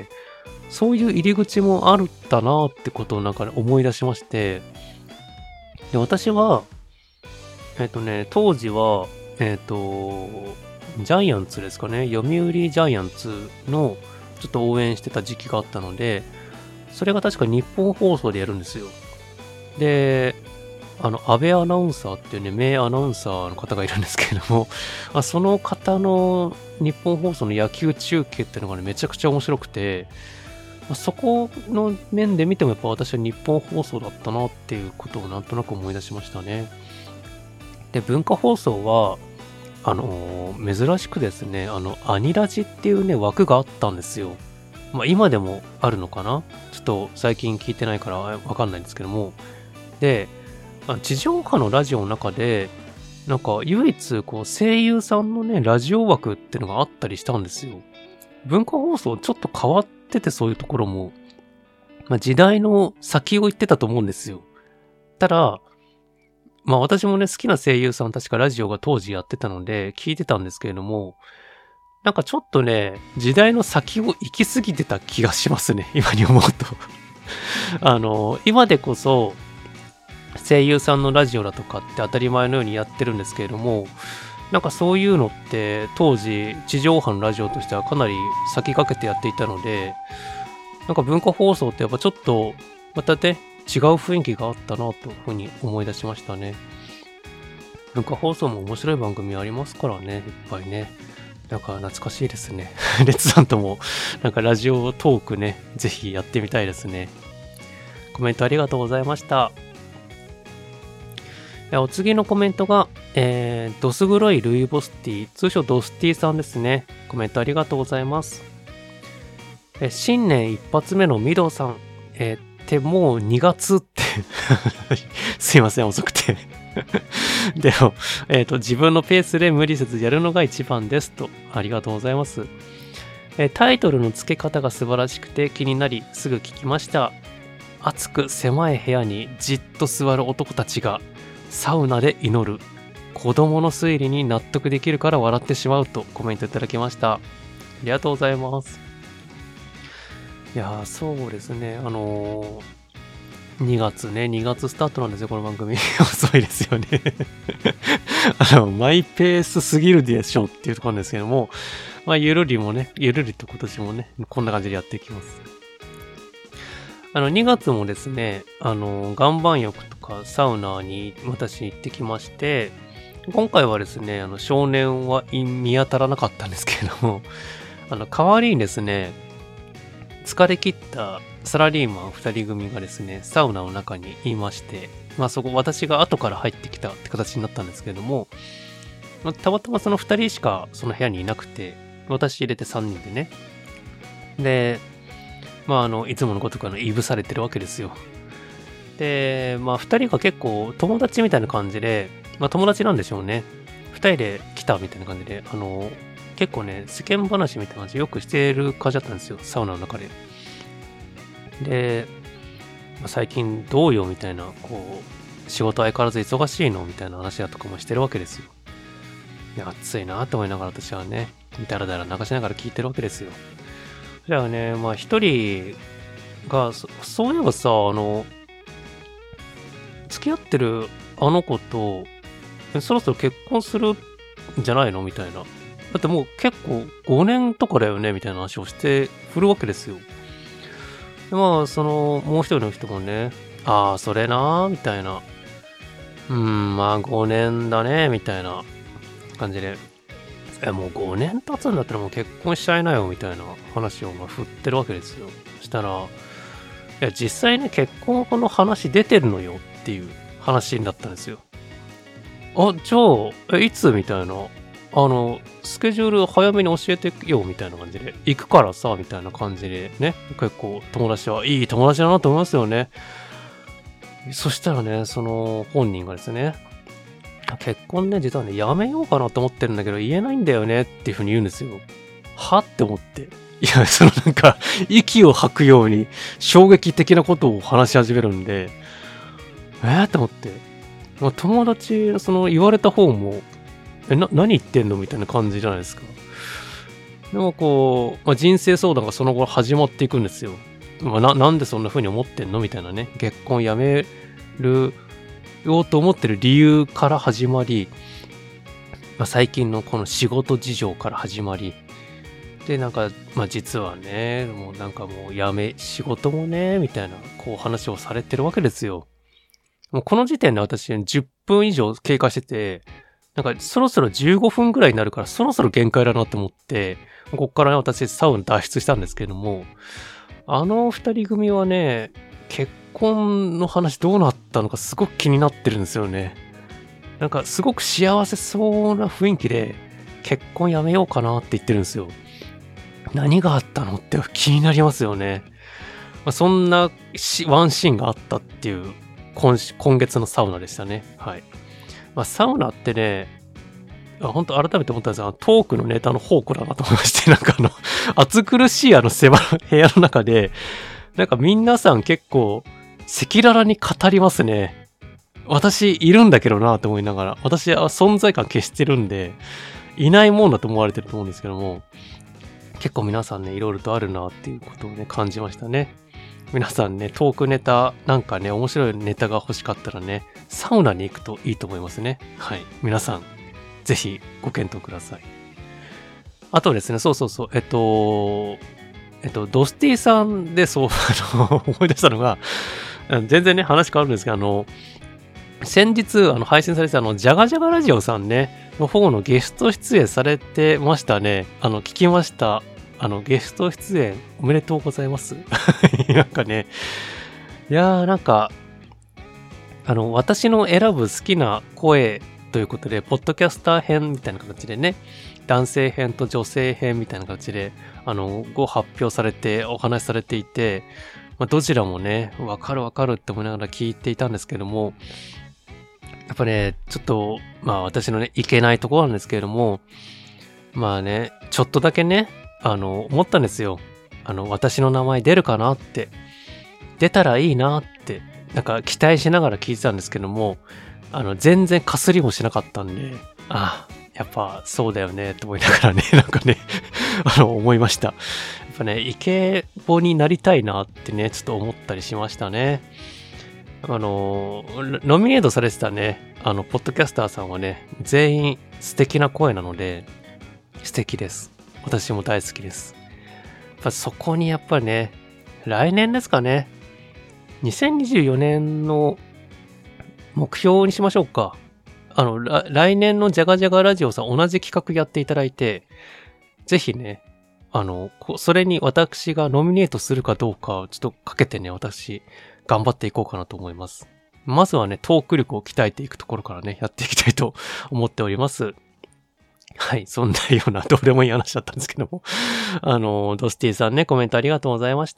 S1: そういう入り口もあるんだなってことをなんか思い出しまして、で、私は、えっとね、当時は、えっと、ジャイアンツですかね、読売ジャイアンツのちょっと応援してた時期があったので、それが確か日本放送でやるんですよ。で、あの、安倍アナウンサーっていうね、名アナウンサーの方がいるんですけれども、あその方の日本放送の野球中継っていうのがね、めちゃくちゃ面白くて、そこの面で見てもやっぱ私は日本放送だったなっていうことをなんとなく思い出しましたね。で、文化放送は、あのー、珍しくですね、あの、アニラジっていうね、枠があったんですよ。まあ今でもあるのかな？ちょっと最近聞いてないからわかんないんですけども。で、地上波のラジオの中で、なんか唯一こう声優さんのね、ラジオ枠っていうのがあったりしたんですよ。文化放送ちょっと変わっててそういうところも、まあ、時代の先を言ってたと思うんですよ。ただ、まあ私もね、好きな声優さん確かラジオが当時やってたので聞いてたんですけれども、なんかちょっとね、時代の先を行き過ぎてた気がしますね、今に思うと。あの、今でこそ、声優さんのラジオだとかって当たり前のようにやってるんですけれども、なんかそういうのって当時地上波のラジオとしてはかなり先駆けてやっていたので、なんか文化放送ってやっぱちょっとまたね、違う雰囲気があったなというふうに思い出しましたね。文化放送も面白い番組ありますからね、いっぱいね。なんか懐かしいですね。レッツさんともなんかラジオトークね、ぜひやってみたいですね。コメントありがとうございました。お次のコメントが、えー、ドス黒いルイボスティー、通称ドスティーさんですね。コメントありがとうございます。え新年一発目のミドさん、えー、ってもうにがつってすいません、遅くてでも、えーと、自分のペースで無理せずやるのが一番ですと。ありがとうございます。えー、タイトルの付け方が素晴らしくて気になりすぐ聞きました。 暑く狭い部屋にじっと座る男たちがサウナで祈る子供の推理に納得できるから笑ってしまうとコメントいただきました。ありがとうございます。いやー、そうですね。あのー、にがつね、にがつスタートなんですよ、この番組。遅いですよね。あの、マイペースすぎるでしょっていうところなんですけども、まあ、ゆるりもね、ゆるりと今年もね、こんな感じでやっていきます。あの、にがつもですね、あの、岩盤浴とかサウナに私行ってきまして、今回はですね、あの、少年は見当たらなかったんですけれども、あの、代わりにですね、疲れ切ったサラリーマンふたり組がですね、サウナの中にいまして、まあそこ私が後から入ってきたって形になったんですけれども、まあ、たまたまそのふたりしかその部屋にいなくて、私入れてさんにんでね。で、まああの、いつものごとくあの、いぶされてるわけですよ。で、まあふたりが結構友達みたいな感じで、まあ友達なんでしょうね。ふたりで来たみたいな感じで、あの、結構ね、世間話みたいな感じよくしてる感じだったんですよ、サウナの中で。で、まあ、最近どうよみたいな、こう、仕事相変わらず忙しいのみたいな話だとかもしてるわけですよ。いや、暑いなと思いながら私はね、だらだら流しながら聞いてるわけですよ。じゃあね、まあ一人がそ、そういえばさ、あの、付き合ってるあの子と、そろそろ結婚するんじゃないのみたいな。だってもう結構ごねんとかだよねみたいな話をして振るわけですよ。でまあ、その、もう一人の人もね、ああ、それなーみたいな。うーん、まあごねんだねみたいな感じで。え、もうごねん経つんだったらもう結婚しちゃいなよみたいな話をまあ振ってるわけですよ。そしたら、いや、実際ね、結婚の話出てるのよっていう話になったんですよ。あ、じゃあ、え、いつみたいな。あの、スケジュール早めに教えてよみたいな感じで、行くからさ、みたいな感じでね、結構友達はいい友達だなと思いますよね。そしたらね、その本人がですね、結婚ね、実はね、やめようかなと思ってるんだけど、言えないんだよねっていうふうに言うんですよ。はって思って。いや、そのなんか、息を吐くように衝撃的なことを話し始めるんで、えーって思って。まあ、友達、その言われた方も、え、な、何言ってんのみたいな感じじゃないですか。でもこう、まあ、人生相談がその後始まっていくんですよ。まあ、な、なんでそんな風に思ってんのみたいなね。結婚やめるようと思ってる理由から始まり、まあ、最近のこの仕事事情から始まり、で、なんか、まあ実はね、もうなんかもうやめ、仕事もね、みたいな、こう話をされてるわけですよ。もうこの時点で私じゅっぷん以上経過してて、なんかそろそろじゅうごふんぐらいになるからそろそろ限界だなと思って、こっからね、私サウナ脱出したんですけども、あの二人組はね、結婚の話どうなったのかすごく気になってるんですよね。なんかすごく幸せそうな雰囲気で、結婚やめようかなって言ってるんですよ。何があったのって気になりますよね。まあ、そんなワンシーンがあったっていう今、今月のサウナでしたね。はい。まあ、サウナってね、本当改めて思ったんですが、トークのネタの宝庫だなと思いまして、なんかあの、暑苦しいあの狭い部屋の中で、なんか皆さん結構赤裸々に語りますね。私いるんだけどなと思いながら、私は存在感消してるんで、いないもんだと思われてると思うんですけども、結構皆さんね、いろいろとあるなっていうことをね、感じましたね。皆さんね、トークネタ、なんかね、面白いネタが欲しかったらね、サウナに行くといいと思いますね。はい。皆さん、ぜひご検討ください。あとですね、そうそうそう、えっと、えっと、ドスティさんで、そう、あの、思い出したのが、全然ね、話変わるんですけど、あの、先日、あの、配信されてたあの、ジャガジャガラジオさんね、の方のゲスト出演されてましたね。あの、聞きました。あの、ゲスト出演おめでとうございます。なんかね、いやーなんか、あの、私の選ぶ好きな声ということで、ポッドキャスター編みたいな形でね、男性編と女性編みたいな形で、あの、ご発表されて、お話しされていて、まあ、どちらもね、わかるわかるって思いながら聞いていたんですけども、やっぱね、ちょっと、まあ私のね、いけないところなんですけれども、まあね、ちょっとだけね、あの、思ったんですよ。あの、私の名前出るかなって。 出たらいいなって、なんか期待しながら聞いてたんですけども、あの、全然かすりもしなかったんで、ああ、やっぱそうだよね、と思いながらね、なんかね、あの、思いました。やっぱね、イケボになりたいなってね、ちょっと思ったりしましたね。あの、ノミネートされてたね、あの、ポッドキャスターさんはね、全員素敵な声なので、素敵です。私も大好きです。やっぱそこにやっぱりね、来年ですかね、にせんにじゅうよねんの目標にしましょうか。あの、来年のジャガジャガラジオさん同じ企画やっていただいて、ぜひね、あの、それに私がノミネートするかどうかをちょっとかけてね、私、頑張っていこうかなと思います。まずはね、トーク力を鍛えていくところからね、やっていきたいと思っております。はい、そんなようなどうでもいい話だったんですけども。あの、ドスティさんね、コメントありがとうございました。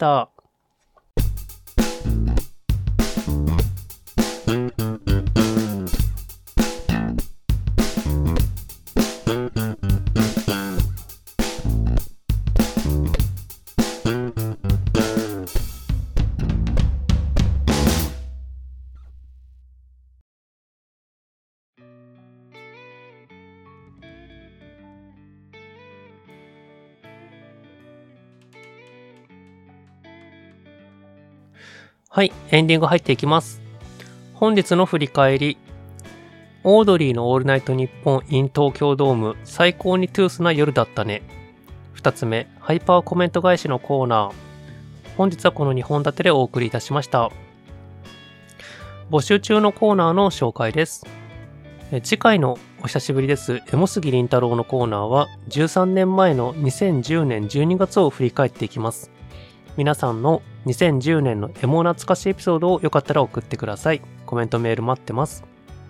S1: はい、エンディング入っていきます。本日の振り返り。オードリーのオールナイトニッポン in 東京ドーム最高にトゥースな夜だったね。二つ目、ハイパーコメント返しのコーナー。本日はこのにほん立てでお送りいたしました。募集中のコーナーの紹介です。え次回のお久しぶりです。エモ杉りんたろうのコーナーはじゅうさんねんまえのにせんじゅうねんじゅうにがつを振り返っていきます。皆さんのにせんじゅうねんのエモ懐かしいエピソードをよかったら送ってください。コメントメール待ってます。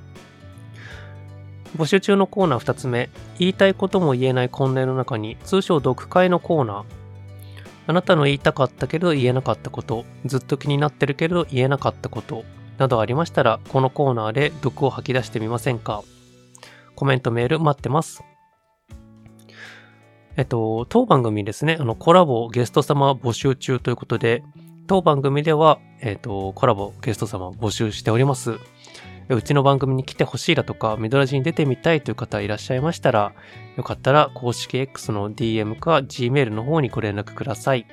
S1: 募集中のコーナーふたつめ、言いたいことも言えない混迷の中に、通称読解のコーナー。あなたの言いたかったけれど言えなかったこと、ずっと気になってるけれど言えなかったこと、などありましたら、このコーナーで毒を吐き出してみませんか。コメントメール待ってます。えっと、当番組ですね、あの、コラボゲスト様募集中ということで、当番組では、えっと、コラボゲスト様募集しております。うちの番組に来てほしいだとか、ミドラジに出てみたいという方いらっしゃいましたら、よかったら公式 X の ディーエム か Gmail の方にご連絡ください。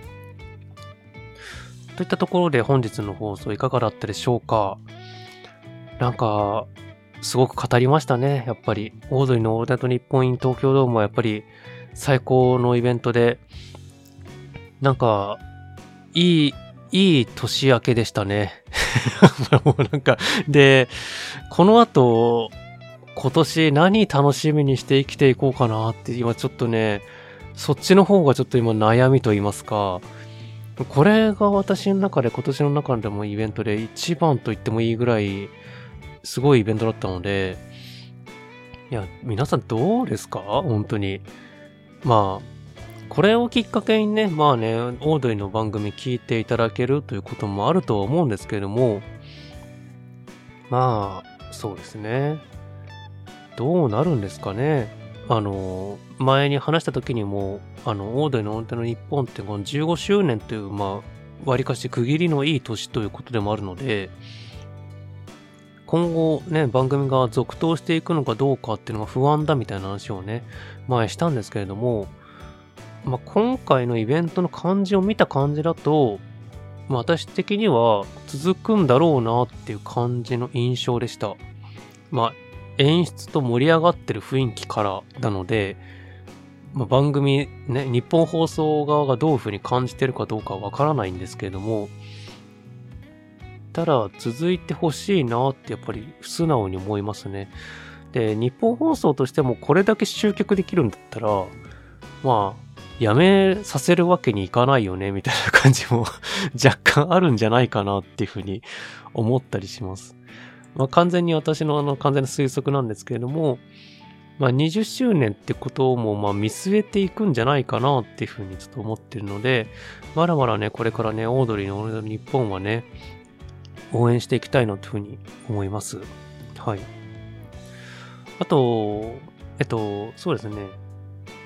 S1: といったところで本日の放送いかがだったでしょうか。なんか、すごく語りましたね。やっぱり、オードリーのオールナイトニッポン in 東京ドームはやっぱり最高のイベントで、なんか、いい、いい年明けでしたね。もうなんか、で、この後、今年何楽しみにして生きていこうかなって今ちょっとね、そっちの方がちょっと今悩みと言いますか、これが私の中で今年の中でもイベントで一番と言ってもいいぐらいすごいイベントだったので、いや、皆さんどうですか？本当に。まあ、これをきっかけにね、まあね、オードリーの番組聞いていただけるということもあるとは思うんですけれども、まあ、そうですね。どうなるんですかね。あの、前に話した時にも、あの、オードリーのオールナイトニッポンってこのじゅうごしゅうねんという、まあ、割かし区切りのいい年ということでもあるので、今後ね、番組が続投していくのかどうかっていうのが不安だみたいな話をね、前したんですけれども、まあ、今回のイベントの感じを見た感じだと、まあ、私的には続くんだろうなっていう感じの印象でした。まあ、演出と盛り上がってる雰囲気からなので、まあ、番組ね、日本放送側がどういう風に感じてるかどうかはわからないんですけれども、ただ続いてほしいなってやっぱり素直に思いますね。で、日本放送としてもこれだけ集客できるんだったら、まあ、やめさせるわけにいかないよねみたいな感じも若干あるんじゃないかなっていう風に思ったりします。まあ、完全に私のあの完全な推測なんですけれども、まあ、にじゅっしゅうねんってこともまあ見据えていくんじゃないかなっていう風にちょっと思ってるので、まだまだね、これからね、オードリーのオールナイトニッポンはね、応援していきたいなという風に思います。はい。あと、えっと、そうですね。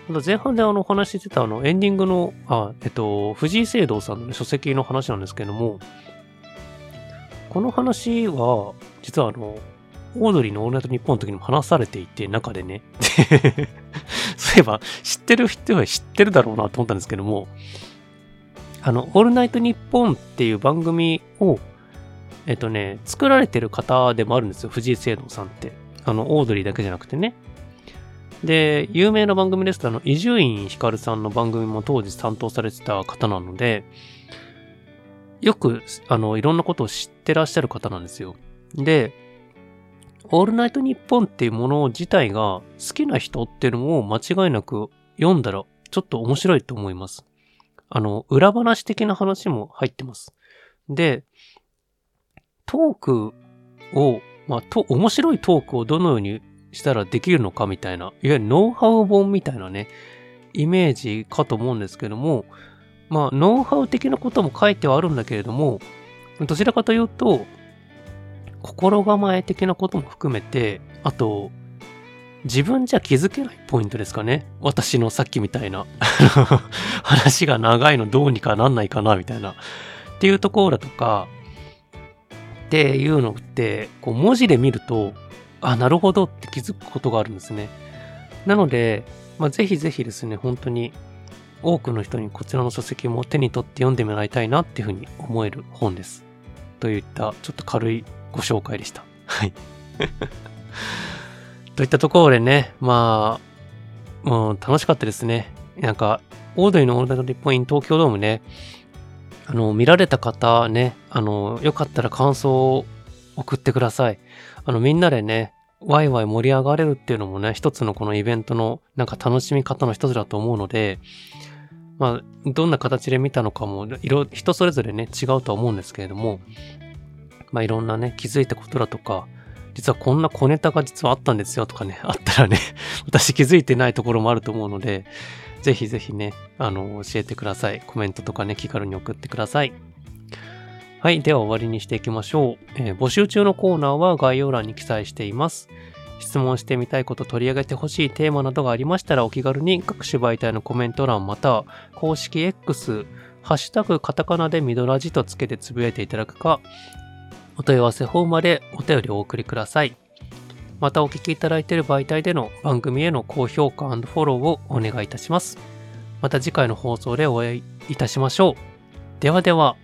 S1: 前半であのお話ししてたあのエンディングの、あ、えっと、藤井聖堂さんの、ね、書籍の話なんですけども、この話は、実はあの、オードリーのオールナイトニッポンの時にも話されていて、中でね。そういえば、知ってる人は知ってるだろうなと思ったんですけども、あの、オールナイトニッポンっていう番組を、えっとね、作られてる方でもあるんですよ、藤井聖堂さんって。あの、オードリーだけじゃなくてね。で、有名な番組ですと、あの、伊集院光さんの番組も当時担当されてた方なので、よく、あの、いろんなことを知ってらっしゃる方なんですよ。で、オールナイトニッポンっていうもの自体が好きな人っていうのを間違いなく読んだらちょっと面白いと思います。あの、裏話的な話も入ってます。で、トークを、まあ、と、面白いトークをどのようにしたらできるのかみたいな、いわゆるノウハウ本みたいなね、イメージかと思うんですけども、まあ、ノウハウ的なことも書いてはあるんだけれども、どちらかというと、心構え的なことも含めて、あと、自分じゃ気づけないポイントですかね。私のさっきみたいな、話が長いのどうにかなんないかな、みたいな。っていうところだとか、っていうのって、こう文字で見ると、あ、なるほどって気づくことがあるんですね。なので、まあ、ぜひぜひですね、本当に多くの人にこちらの書籍も手に取って読んでもらいたいなっていうふうに思える本です。といったちょっと軽いご紹介でした。はい。といったところでね、まあ、もう楽しかったですね。なんか、オードリーのオールナイトニッポン in 東京ドームね、あの、見られた方ね、あの、よかったら感想を送ってください。あの、みんなでね、ワイワイ盛り上がれるっていうのもね、一つのこのイベントのなんか楽しみ方の一つだと思うので、まあ、どんな形で見たのかも、いろ、人それぞれね、違うとは思うんですけれども、まあ、いろんなね、気づいたことだとか、実はこんな小ネタが実はあったんですよとかね、あったらね、私気づいてないところもあると思うので、ぜひぜひね、あの、教えてください。コメントとかね、気軽に送ってください。はい、では終わりにしていきましょう。えー、募集中のコーナーは概要欄に記載しています。質問してみたいこと、取り上げてほしいテーマなどがありましたら、お気軽に各種媒体のコメント欄または公式 X、ハッシュタグカタカナでミドラジとつけてつぶやいていただくか、お問い合わせフォームまでお便りをお送りください。またお聞きいただいている媒体での番組への高評価&フォローをお願いいたします。また次回の放送でお会いいたしましょう。ではでは。